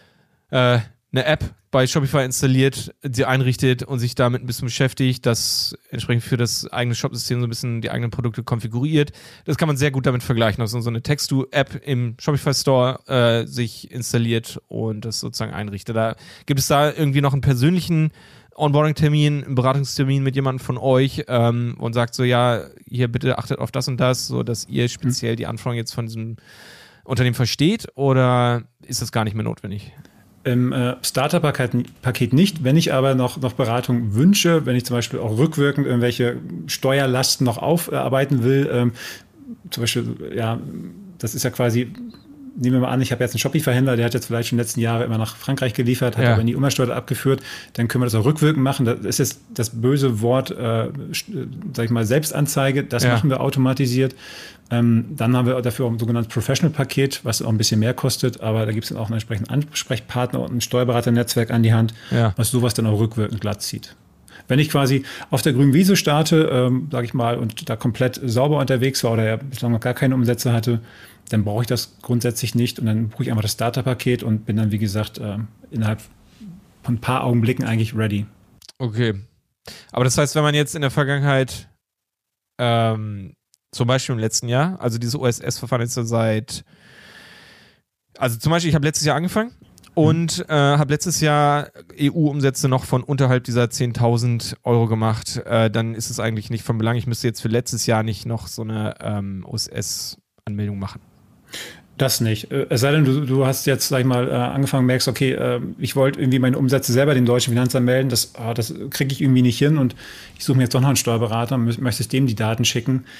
[SPEAKER 2] äh, eine App bei Shopify installiert, sie einrichtet und sich damit ein bisschen beschäftigt, das entsprechend für das eigene Shopsystem so ein bisschen die eigenen Produkte konfiguriert. Das kann man sehr gut damit vergleichen, dass man so eine Text-to-App im Shopify Store äh, sich installiert und das sozusagen einrichtet. Da gibt es da irgendwie noch einen persönlichen Onboarding-Termin, einen Beratungstermin mit jemandem von euch ähm, und sagt so, ja, hier bitte achtet auf das und das, so dass ihr speziell die Anforderungen jetzt von diesem Unternehmen versteht, oder ist das gar nicht mehr notwendig?
[SPEAKER 1] Im äh, Starter-Paket Paket nicht. Wenn ich aber noch, noch Beratung wünsche, wenn ich zum Beispiel auch rückwirkend irgendwelche Steuerlasten noch aufarbeiten will, ähm, zum Beispiel, ja, das ist ja quasi, nehmen wir mal an, ich habe jetzt einen Shopify-Händler, der hat jetzt vielleicht schon in den letzten Jahren immer nach Frankreich geliefert, hat ja. aber nie Umsatzsteuer abgeführt, dann können wir das auch rückwirkend machen. Das ist jetzt das böse Wort, äh, sag ich mal, Selbstanzeige, das ja. machen wir automatisiert. Ähm, dann haben wir dafür auch ein sogenanntes Professional-Paket, was auch ein bisschen mehr kostet, aber da gibt es dann auch einen entsprechenden Ansprechpartner und ein Steuerberaternetzwerk an die Hand, ja. was sowas dann auch rückwirkend glatt zieht. Wenn ich quasi auf der grünen Wiese starte, ähm, sage ich mal, und da komplett sauber unterwegs war oder ja bislang noch gar keine Umsätze hatte, dann brauche ich das grundsätzlich nicht und dann buche ich einfach das Starter-Paket und bin dann, wie gesagt, äh, innerhalb von ein paar Augenblicken eigentlich ready.
[SPEAKER 2] Okay. Aber das heißt, wenn man jetzt in der Vergangenheit ähm, zum Beispiel im letzten Jahr, also dieses O S S-Verfahren ist ja seit, also zum Beispiel, ich habe letztes Jahr angefangen und äh, habe letztes Jahr E U-Umsätze noch von unterhalb dieser zehntausend Euro gemacht, äh, dann ist es eigentlich nicht von Belang. Ich müsste jetzt für letztes Jahr nicht noch so eine ähm, O S S-Anmeldung machen.
[SPEAKER 1] Das nicht. Es sei denn, du, du hast jetzt, sag ich mal, angefangen, merkst, okay, ich wollte irgendwie meine Umsätze selber dem deutschen Finanzamt melden, das, das kriege ich irgendwie nicht hin und ich suche mir jetzt doch noch einen Steuerberater, möchte dem die Daten schicken.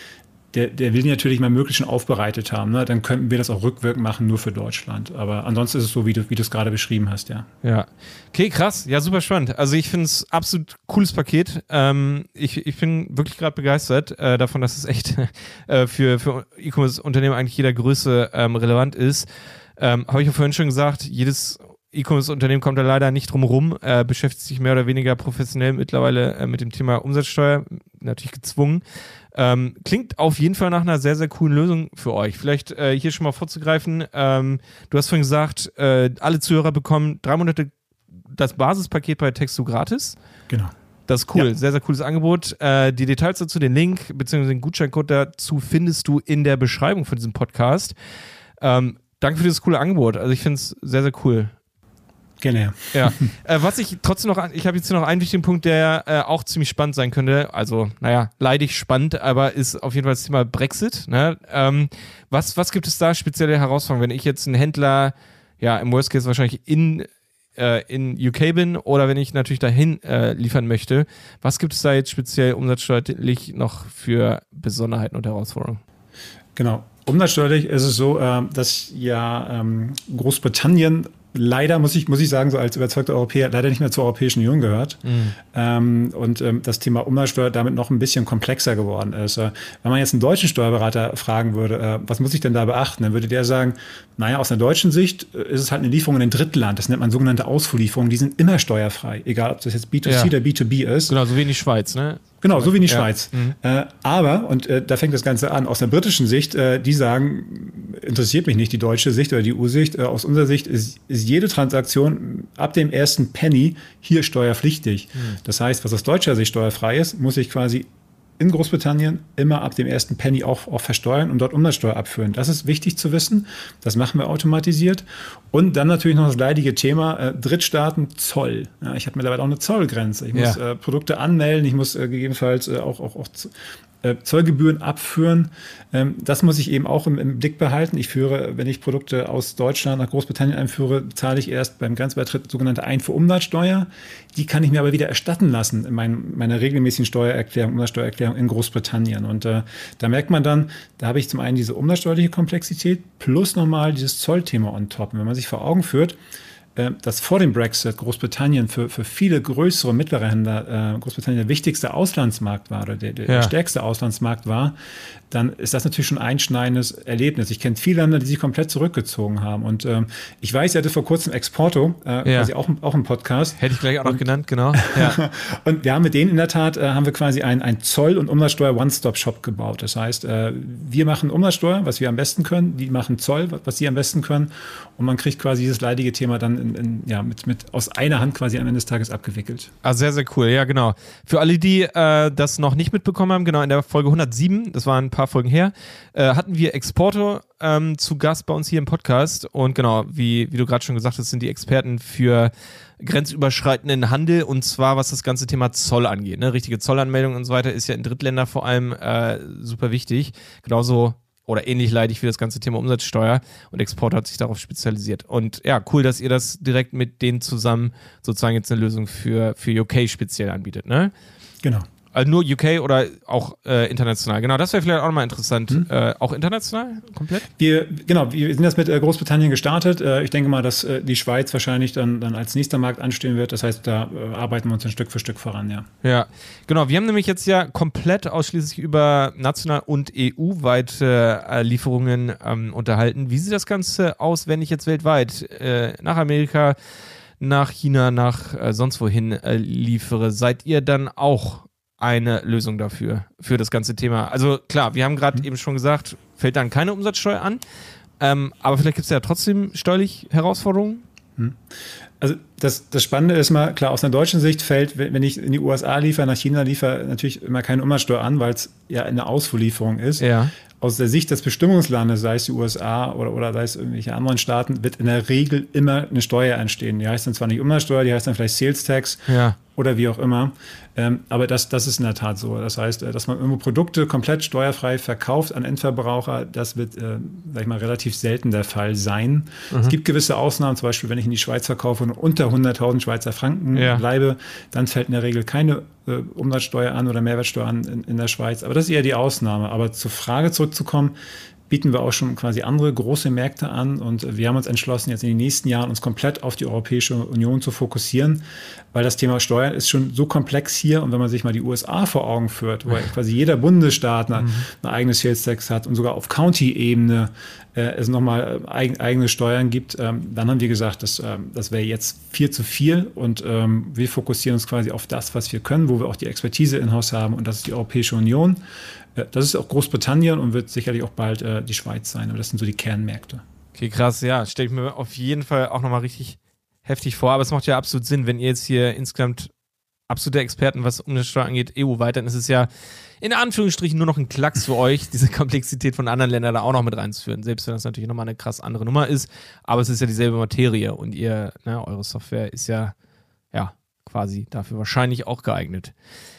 [SPEAKER 1] der, der will die natürlich mal möglichst schon aufbereitet haben. Ne? Dann könnten wir das auch rückwirkend machen, nur für Deutschland. Aber ansonsten ist es so, wie du wie du es gerade beschrieben hast, ja.
[SPEAKER 2] Ja. Okay, krass. Ja, super spannend. Also ich finde es absolut cooles Paket. Ähm, ich, ich bin wirklich gerade begeistert äh, davon, dass es echt äh, für, für E-Commerce-Unternehmen eigentlich jeder Größe ähm, relevant ist. Ähm, Habe ich ja vorhin schon gesagt, jedes E-Commerce-Unternehmen kommt da leider nicht drum rum, äh, beschäftigt sich mehr oder weniger professionell mittlerweile äh, mit dem Thema Umsatzsteuer, natürlich gezwungen. Ähm, klingt auf jeden Fall nach einer sehr, sehr coolen Lösung für euch. Vielleicht äh, hier schon mal vorzugreifen, ähm, du hast vorhin gesagt, äh, alle Zuhörer bekommen drei Monate das Basispaket bei Texto gratis.
[SPEAKER 1] Genau.
[SPEAKER 2] Das ist cool,
[SPEAKER 1] Ja.
[SPEAKER 2] sehr, sehr cooles Angebot. Äh, die Details dazu, den Link bzw. den Gutscheincode dazu findest du in der Beschreibung von diesem Podcast. Ähm, danke für dieses coole Angebot. Also ich finde es sehr, sehr cool.
[SPEAKER 1] Gerne.
[SPEAKER 2] Ja. äh, was ich trotzdem noch, ich habe jetzt hier noch einen wichtigen Punkt, der äh, auch ziemlich spannend sein könnte. Also, naja, leidig spannend, aber ist auf jeden Fall das Thema Brexit. Ne? Ähm, was, was gibt es da spezielle Herausforderungen, wenn ich jetzt ein Händler, ja, im Worst Case wahrscheinlich in, äh, in U K bin oder wenn ich natürlich dahin äh, liefern möchte? Was gibt es da jetzt speziell umsatzsteuerlich noch für Besonderheiten und Herausforderungen?
[SPEAKER 1] Genau. Umsatzsteuerlich ist es so, äh, dass ja ähm, Großbritannien leider, muss ich, muss ich sagen, so als überzeugter Europäer, leider nicht mehr zur Europäischen Union gehört. Mhm. Ähm, und ähm, das Thema Umsatzsteuer damit noch ein bisschen komplexer geworden ist. Äh, wenn man jetzt einen deutschen Steuerberater fragen würde, äh, was muss ich denn da beachten, dann würde der sagen, naja, aus einer deutschen Sicht äh, ist es halt eine Lieferung in ein Drittland. Das nennt man sogenannte Ausfuhrlieferungen. Die sind immer steuerfrei, egal ob das jetzt B zwei C ja. oder B zwei B ist.
[SPEAKER 2] Genau, so wie in die Schweiz, ne?
[SPEAKER 1] Genau, so wie in die ja. Schweiz.
[SPEAKER 2] Mhm.
[SPEAKER 1] Äh, aber, und äh, da fängt das Ganze an, aus der britischen Sicht, äh, die sagen, interessiert mich nicht die deutsche Sicht oder die E U-Sicht. Äh, aus unserer Sicht ist, ist jede Transaktion ab dem ersten Penny hier steuerpflichtig. Mhm. Das heißt, was aus deutscher Sicht steuerfrei ist, muss ich quasi in Großbritannien immer ab dem ersten Penny auch, auch versteuern und dort Umsatzsteuer abführen. Das ist wichtig zu wissen. Das machen wir automatisiert. Und dann natürlich noch das leidige Thema äh, Drittstaaten, Zoll. Ja, ich habe mittlerweile auch eine Zollgrenze. Ich muss ja. äh, Produkte anmelden, ich muss äh, gegebenenfalls äh, auch, auch, auch äh, Zollgebühren abführen. Ähm, das muss ich eben auch im, im Blick behalten. Ich führe, wenn ich Produkte aus Deutschland nach Großbritannien einführe, zahle ich erst beim Grenzübertritt sogenannte Einfuhrumsatzsteuer. Die kann ich mir aber wieder erstatten lassen in mein, meiner regelmäßigen Steuererklärung, Umsatzsteuererklärung in Großbritannien. Und äh, da merkt man dann, da habe ich zum einen diese umsatzsteuerliche Komplexität plus nochmal dieses Zollthema on top. Und wenn man sich vor Augen führt, äh, dass vor dem Brexit Großbritannien für, für viele größere, mittlere Händler äh, Großbritannien der wichtigste Auslandsmarkt war oder der, der ja. stärkste Auslandsmarkt war, dann ist das natürlich schon ein einschneidendes Erlebnis. Ich kenne viele Länder, die sich komplett zurückgezogen haben. Und ähm, ich weiß, ihr hattet vor kurzem Exporto, äh, ja. quasi auch, auch einen Podcast.
[SPEAKER 2] Hätte ich gleich auch noch und, genannt, genau. Ja.
[SPEAKER 1] Und wir haben mit denen in der Tat, äh, haben wir quasi ein, ein Zoll- und Umsatzsteuer-One-Stop-Shop gebaut. Das heißt, äh, wir machen Umsatzsteuer, was wir am besten können, die machen Zoll, was sie am besten können. Und man kriegt quasi dieses leidige Thema dann in, in, ja, mit, mit aus einer Hand quasi am Ende des Tages abgewickelt.
[SPEAKER 2] Ah, sehr, sehr cool. Ja, genau. Für alle, die äh, das noch nicht mitbekommen haben, genau in der Folge hundertsieben, das waren ein paar Folgen her, äh, hatten wir Exporto ähm, zu Gast bei uns hier im Podcast. Und genau, wie, wie du gerade schon gesagt hast, sind die Experten für grenzüberschreitenden Handel und zwar was das ganze Thema Zoll angeht. Ne? Richtige Zollanmeldung und so weiter ist ja in Drittländer vor allem äh, super wichtig. Genauso oder ähnlich leidig wie das ganze Thema Umsatzsteuer und Export hat sich darauf spezialisiert. Und ja, cool, dass ihr das direkt mit denen zusammen sozusagen jetzt eine Lösung für, für U K speziell anbietet, ne?
[SPEAKER 1] Genau.
[SPEAKER 2] Also nur U K oder auch äh, international? Genau, das wäre vielleicht auch nochmal interessant.
[SPEAKER 1] Hm.
[SPEAKER 2] Äh, auch international komplett?
[SPEAKER 1] Wir, genau, wir sind jetzt mit äh, Großbritannien gestartet. Äh, ich denke mal, dass äh, die Schweiz wahrscheinlich dann, dann als nächster Markt anstehen wird. Das heißt, da äh, arbeiten wir uns ein Stück für Stück voran, ja.
[SPEAKER 2] Ja, genau. Wir haben nämlich jetzt ja komplett ausschließlich über national und E U-weite äh, Lieferungen ähm, unterhalten. Wie sieht das Ganze aus, wenn ich jetzt weltweit äh, nach Amerika, nach China, nach äh, sonst wohin äh, liefere? Seid ihr dann auch eine Lösung dafür, für das ganze Thema? Also klar, wir haben gerade mhm. eben schon gesagt, fällt dann keine Umsatzsteuer an, ähm, aber vielleicht gibt es ja trotzdem steuerlich Herausforderungen?
[SPEAKER 1] Mhm. Also das, das Spannende ist mal, klar, aus einer deutschen Sicht fällt, wenn ich in die U S A liefere, nach China liefere, natürlich immer keine Umsatzsteuer an, weil es ja eine Ausfuhrlieferung ist.
[SPEAKER 2] Ja.
[SPEAKER 1] Aus der Sicht des Bestimmungslandes, sei es die U S A oder, oder sei es irgendwelche anderen Staaten, wird in der Regel immer eine Steuer entstehen. Die heißt dann zwar nicht Umsatzsteuer, die heißt dann vielleicht Sales Tax
[SPEAKER 2] ja.
[SPEAKER 1] oder wie auch immer. Ähm, aber das, das ist in der Tat so. Das heißt, dass man irgendwo Produkte komplett steuerfrei verkauft an Endverbraucher, das wird, äh, sag ich mal, relativ selten der Fall sein. Mhm. Es gibt gewisse Ausnahmen, zum Beispiel, wenn ich in die Schweiz verkaufe von unter hunderttausend Schweizer Franken
[SPEAKER 2] ja.
[SPEAKER 1] bleibe, dann fällt in der Regel keine äh, Umsatzsteuer an oder Mehrwertsteuer an in, in der Schweiz. Aber das ist eher die Ausnahme. Aber zur Frage zurückzukommen, bieten wir auch schon quasi andere große Märkte an und wir haben uns entschlossen, jetzt in den nächsten Jahren uns komplett auf die Europäische Union zu fokussieren, weil das Thema Steuern ist schon so komplex hier und wenn man sich mal die U S A vor Augen führt, wo quasi jeder Bundesstaat eine, mhm. eine eigene Sales Tax hat und sogar auf County-Ebene äh, es nochmal eigen, eigene Steuern gibt, ähm, dann haben wir gesagt, dass, ähm, das wäre jetzt viel zu viel und ähm, wir fokussieren uns quasi auf das, was wir können, wo wir auch die Expertise in-house haben und das ist die Europäische Union. Das ist auch Großbritannien und wird sicherlich auch bald äh, die Schweiz sein. Aber das sind so die Kernmärkte.
[SPEAKER 2] Okay, krass. Ja, stelle ich mir auf jeden Fall auch nochmal richtig heftig vor. Aber es macht ja absolut Sinn, wenn ihr jetzt hier insgesamt absolute Experten, was Umsatzsteuer angeht, E U weit, dann ist es ja in Anführungsstrichen nur noch ein Klacks für euch, diese Komplexität von anderen Ländern da auch noch mit reinzuführen. Selbst wenn das natürlich nochmal eine krass andere Nummer ist. Aber es ist ja dieselbe Materie und ihr, ne, eure Software ist ja, ja quasi dafür wahrscheinlich auch geeignet.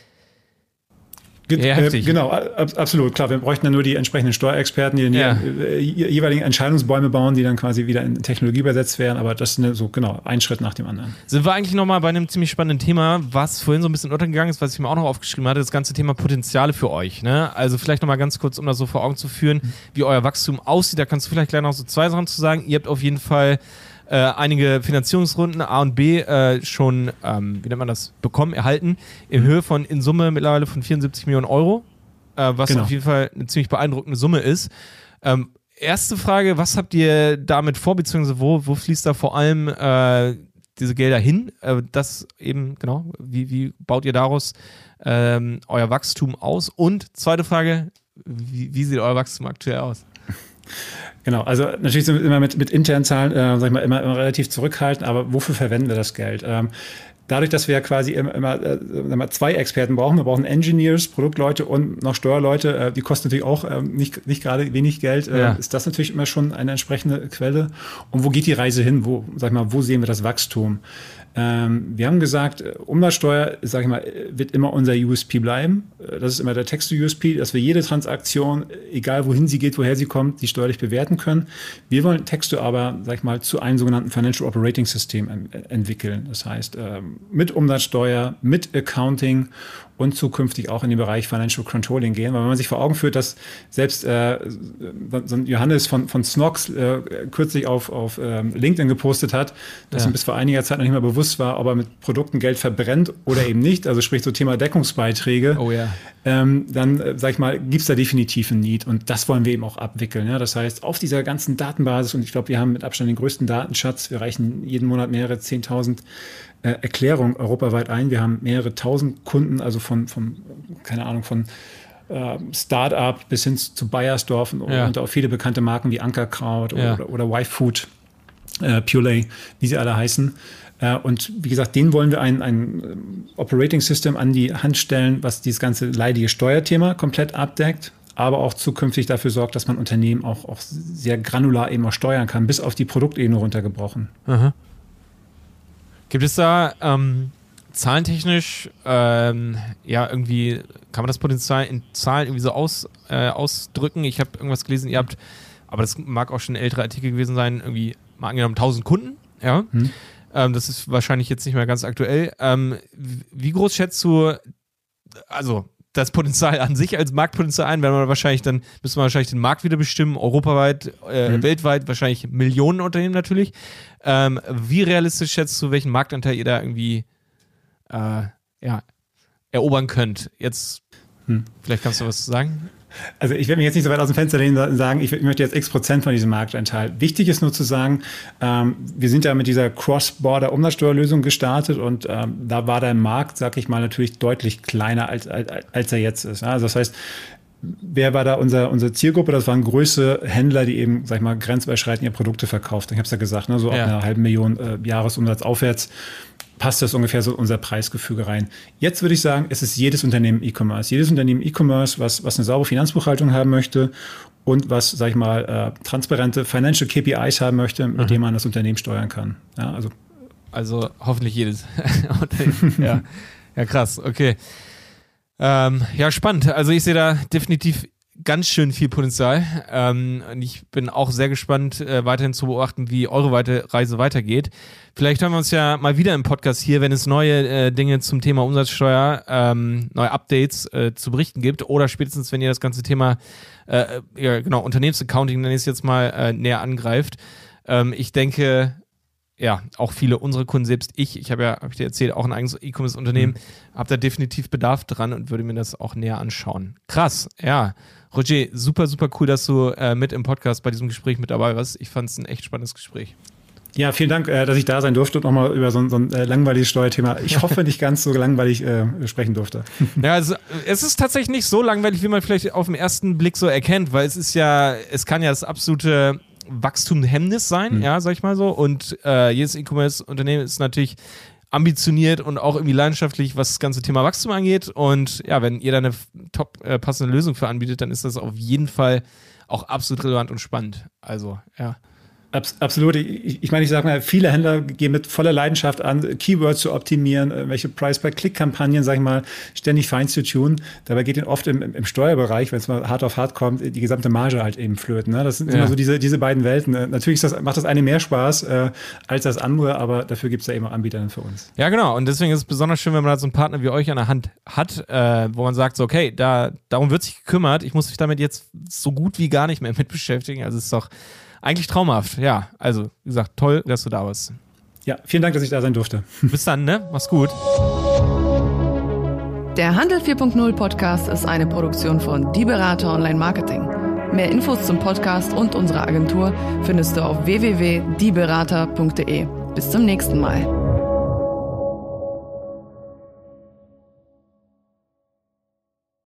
[SPEAKER 1] Ja, äh, genau, ab, absolut, klar. Wir bräuchten dann nur die entsprechenden Steuerexperten, die ja. die äh, jeweiligen Entscheidungsbäume bauen, die dann quasi wieder in Technologie übersetzt werden. Aber das ist eine, so genau ein Schritt nach dem anderen.
[SPEAKER 2] Sind wir eigentlich nochmal bei einem ziemlich spannenden Thema, was vorhin so ein bisschen untergegangen ist, was ich mir auch noch aufgeschrieben hatte, das ganze Thema Potenziale für euch. Ne? Also vielleicht nochmal ganz kurz, um das so vor Augen zu führen, mhm. wie euer Wachstum aussieht. Da kannst du vielleicht gleich noch so zwei Sachen zu sagen. Ihr habt auf jeden Fall Äh, einige Finanzierungsrunden A und B äh, schon, ähm, wie nennt man das, bekommen, erhalten, in Höhe von, in Summe mittlerweile von vierundsiebzig Millionen Euro, äh, was genau. auf jeden Fall eine ziemlich beeindruckende Summe ist. Ähm, erste Frage, was habt ihr damit vor, beziehungsweise wo, wo fließt da vor allem äh, diese Gelder hin? Äh, das eben, genau, wie, wie baut ihr daraus ähm, euer Wachstum aus? Und zweite Frage, wie, wie sieht euer Wachstum aktuell aus?
[SPEAKER 1] Genau, also natürlich sind wir immer mit, mit internen Zahlen, äh, sag ich mal, immer, immer relativ zurückhaltend, aber wofür verwenden wir das Geld? Ähm, dadurch, dass wir ja quasi immer, immer, äh, immer zwei Experten brauchen, wir brauchen Engineers, Produktleute und noch Steuerleute, äh, die kosten natürlich auch äh, nicht, nicht gerade wenig Geld, äh, ja. ist das natürlich immer schon eine entsprechende Quelle. Und wo geht die Reise hin? Wo, sag ich mal, wo sehen wir das Wachstum? Ähm, wir haben gesagt, Umsatzsteuer, sag ich mal, wird immer unser U S P bleiben. Das ist immer der Texto-U S P, dass wir jede Transaktion, egal wohin sie geht, woher sie kommt, die steuerlich bewerten können. Wir wollen Texto aber, sag ich mal, zu einem sogenannten Financial Operating System en- entwickeln. Das heißt, ähm, mit Umsatzsteuer, mit Accounting und zukünftig auch in den Bereich Financial Controlling gehen. Weil wenn man sich vor Augen führt, dass selbst äh, so ein Johannes von, von Snox äh, kürzlich auf, auf ähm, LinkedIn gepostet hat, dass ja. ihm bis vor einiger Zeit noch nicht mal bewusst war, ob er mit Produkten Geld verbrennt oder eben nicht, also sprich so Thema Deckungsbeiträge,
[SPEAKER 2] oh, ja.
[SPEAKER 1] ähm, dann, äh, sag ich mal, gibt's da definitiv ein Need und das wollen wir eben auch abwickeln. Ja? Das heißt, auf dieser ganzen Datenbasis, und ich glaube, wir haben mit Abstand den größten Datenschatz, wir reichen jeden Monat mehrere zehntausend Äh, Erklärung europaweit ein. Wir haben mehrere tausend Kunden, also von, von keine Ahnung, von äh, Start-up bis hin zu Bayersdorf und, ja. und auch viele bekannte Marken wie Ankerkraut ja. oder, oder Y-Food, äh, Purelay, wie sie alle heißen. Äh, und wie gesagt, denen wollen wir ein, ein Operating System an die Hand stellen, was dieses ganze leidige Steuerthema komplett abdeckt, aber auch zukünftig dafür sorgt, dass man Unternehmen auch, auch sehr granular eben auch steuern kann, bis auf die Produktebene runtergebrochen.
[SPEAKER 2] Aha. Gibt es da ähm, zahlentechnisch, ähm, ja, irgendwie, kann man das Potenzial in Zahlen irgendwie so aus, äh, ausdrücken? Ich habe irgendwas gelesen, ihr habt, aber das mag auch schon ein älterer Artikel gewesen sein, irgendwie mal angenommen tausend Kunden, ja. Hm. Ähm, das ist wahrscheinlich jetzt nicht mehr ganz aktuell. Ähm, wie groß schätzt du, also das Potenzial an sich als Marktpotenzial ein, wenn man wahrscheinlich dann, müsste man wahrscheinlich den Markt wieder bestimmen, europaweit, äh, mhm. weltweit, wahrscheinlich Millionen Unternehmen natürlich. Ähm, wie realistisch schätzt du, welchen Marktanteil ihr da irgendwie äh, ja, erobern könnt? Jetzt, hm. vielleicht kannst du was sagen?
[SPEAKER 1] Also ich werde mich jetzt nicht so weit aus dem Fenster lehnen und sagen, ich möchte jetzt x Prozent von diesem Marktanteil. Wichtig ist nur zu sagen, ähm, wir sind ja mit dieser Cross-Border-Umsatzsteuerlösung gestartet und ähm, da war der Markt, sag ich mal, natürlich deutlich kleiner, als, als, als er jetzt ist. Also das heißt, wer war da unser, unsere Zielgruppe? Das waren größere Händler, die eben, sag ich mal, grenzüberschreitend ihre Produkte verkauft. Ich habe es ja gesagt, ne, so ja. ab einer halben Million äh, Jahresumsatz aufwärts passt das ungefähr so unser Preisgefüge rein. Jetzt würde ich sagen, es ist jedes Unternehmen E-Commerce. Jedes Unternehmen E-Commerce, was, was eine saubere Finanzbuchhaltung haben möchte und was, sag ich mal, äh, transparente Financial K P Is haben möchte, mit mhm. dem man das Unternehmen steuern kann. Ja, also,
[SPEAKER 2] also hoffentlich jedes. ja. ja, krass, okay. Ähm, ja, spannend. Also ich sehe da definitiv ganz schön viel Potenzial. Ähm, und ich bin auch sehr gespannt, äh, weiterhin zu beobachten, wie eure weite Reise weitergeht. Vielleicht hören wir uns ja mal wieder im Podcast hier, wenn es neue äh, Dinge zum Thema Umsatzsteuer, ähm, neue Updates äh, zu berichten gibt oder spätestens, wenn ihr das ganze Thema äh, ja, genau, Unternehmensaccounting, nenne ich es jetzt mal, äh, näher angreift. Ähm, ich denke, ja, auch viele unserer Kunden, selbst ich, ich habe ja, habe ich dir erzählt, auch ein eigenes E-Commerce-Unternehmen, mhm. habe da definitiv Bedarf dran und würde mir das auch näher anschauen. Krass, ja. Roger, super, super cool, dass du äh, mit im Podcast bei diesem Gespräch mit dabei warst. Ich fand es ein echt spannendes Gespräch.
[SPEAKER 1] Ja, vielen Dank, äh, dass ich da sein durfte und nochmal über so ein, so ein äh, langweiliges Steuerthema, ich hoffe nicht ganz so langweilig äh, sprechen durfte.
[SPEAKER 2] Ja, also, es ist tatsächlich nicht so langweilig, wie man vielleicht auf den ersten Blick so erkennt, weil es ist ja, es kann ja das absolute Wachstumhemmnis sein, mhm. ja, sag ich mal so. Und äh, jedes E-Commerce-Unternehmen ist natürlich ambitioniert und auch irgendwie leidenschaftlich, was das ganze Thema Wachstum angeht. Und ja, wenn ihr da eine top äh, passende Lösung für anbietet, dann ist das auf jeden Fall auch absolut relevant und spannend. Also, ja.
[SPEAKER 1] Abs- absolut. Ich, ich meine, ich sage mal, viele Händler gehen mit voller Leidenschaft an, Keywords zu optimieren, welche Price-per-Click-Kampagnen, sag ich mal, ständig fein zu tunen. Dabei geht ihnen oft im, im Steuerbereich, wenn es mal hart auf hart kommt, die gesamte Marge halt eben flöten. Ne? Das sind ja. immer so diese, diese beiden Welten. Natürlich ist das, macht das eine mehr Spaß äh, als das andere, aber dafür gibt es ja eben auch Anbieter für uns.
[SPEAKER 2] Ja, genau. Und deswegen ist es besonders schön, wenn man da so einen Partner wie euch an der Hand hat, äh, wo man sagt, so, okay, da, darum wird sich gekümmert. Ich muss mich damit jetzt so gut wie gar nicht mehr mit beschäftigen. Also es ist doch eigentlich traumhaft, ja. Also, wie gesagt, toll, dass du da warst.
[SPEAKER 1] Ja, vielen Dank, dass ich da sein durfte.
[SPEAKER 2] Bis dann, ne? Mach's gut.
[SPEAKER 3] Der Handel vier Punkt null Podcast ist eine Produktion von Die Berater Online Marketing. Mehr Infos zum Podcast und unserer Agentur findest du auf w w w punkt die berater punkt de. Bis zum nächsten Mal.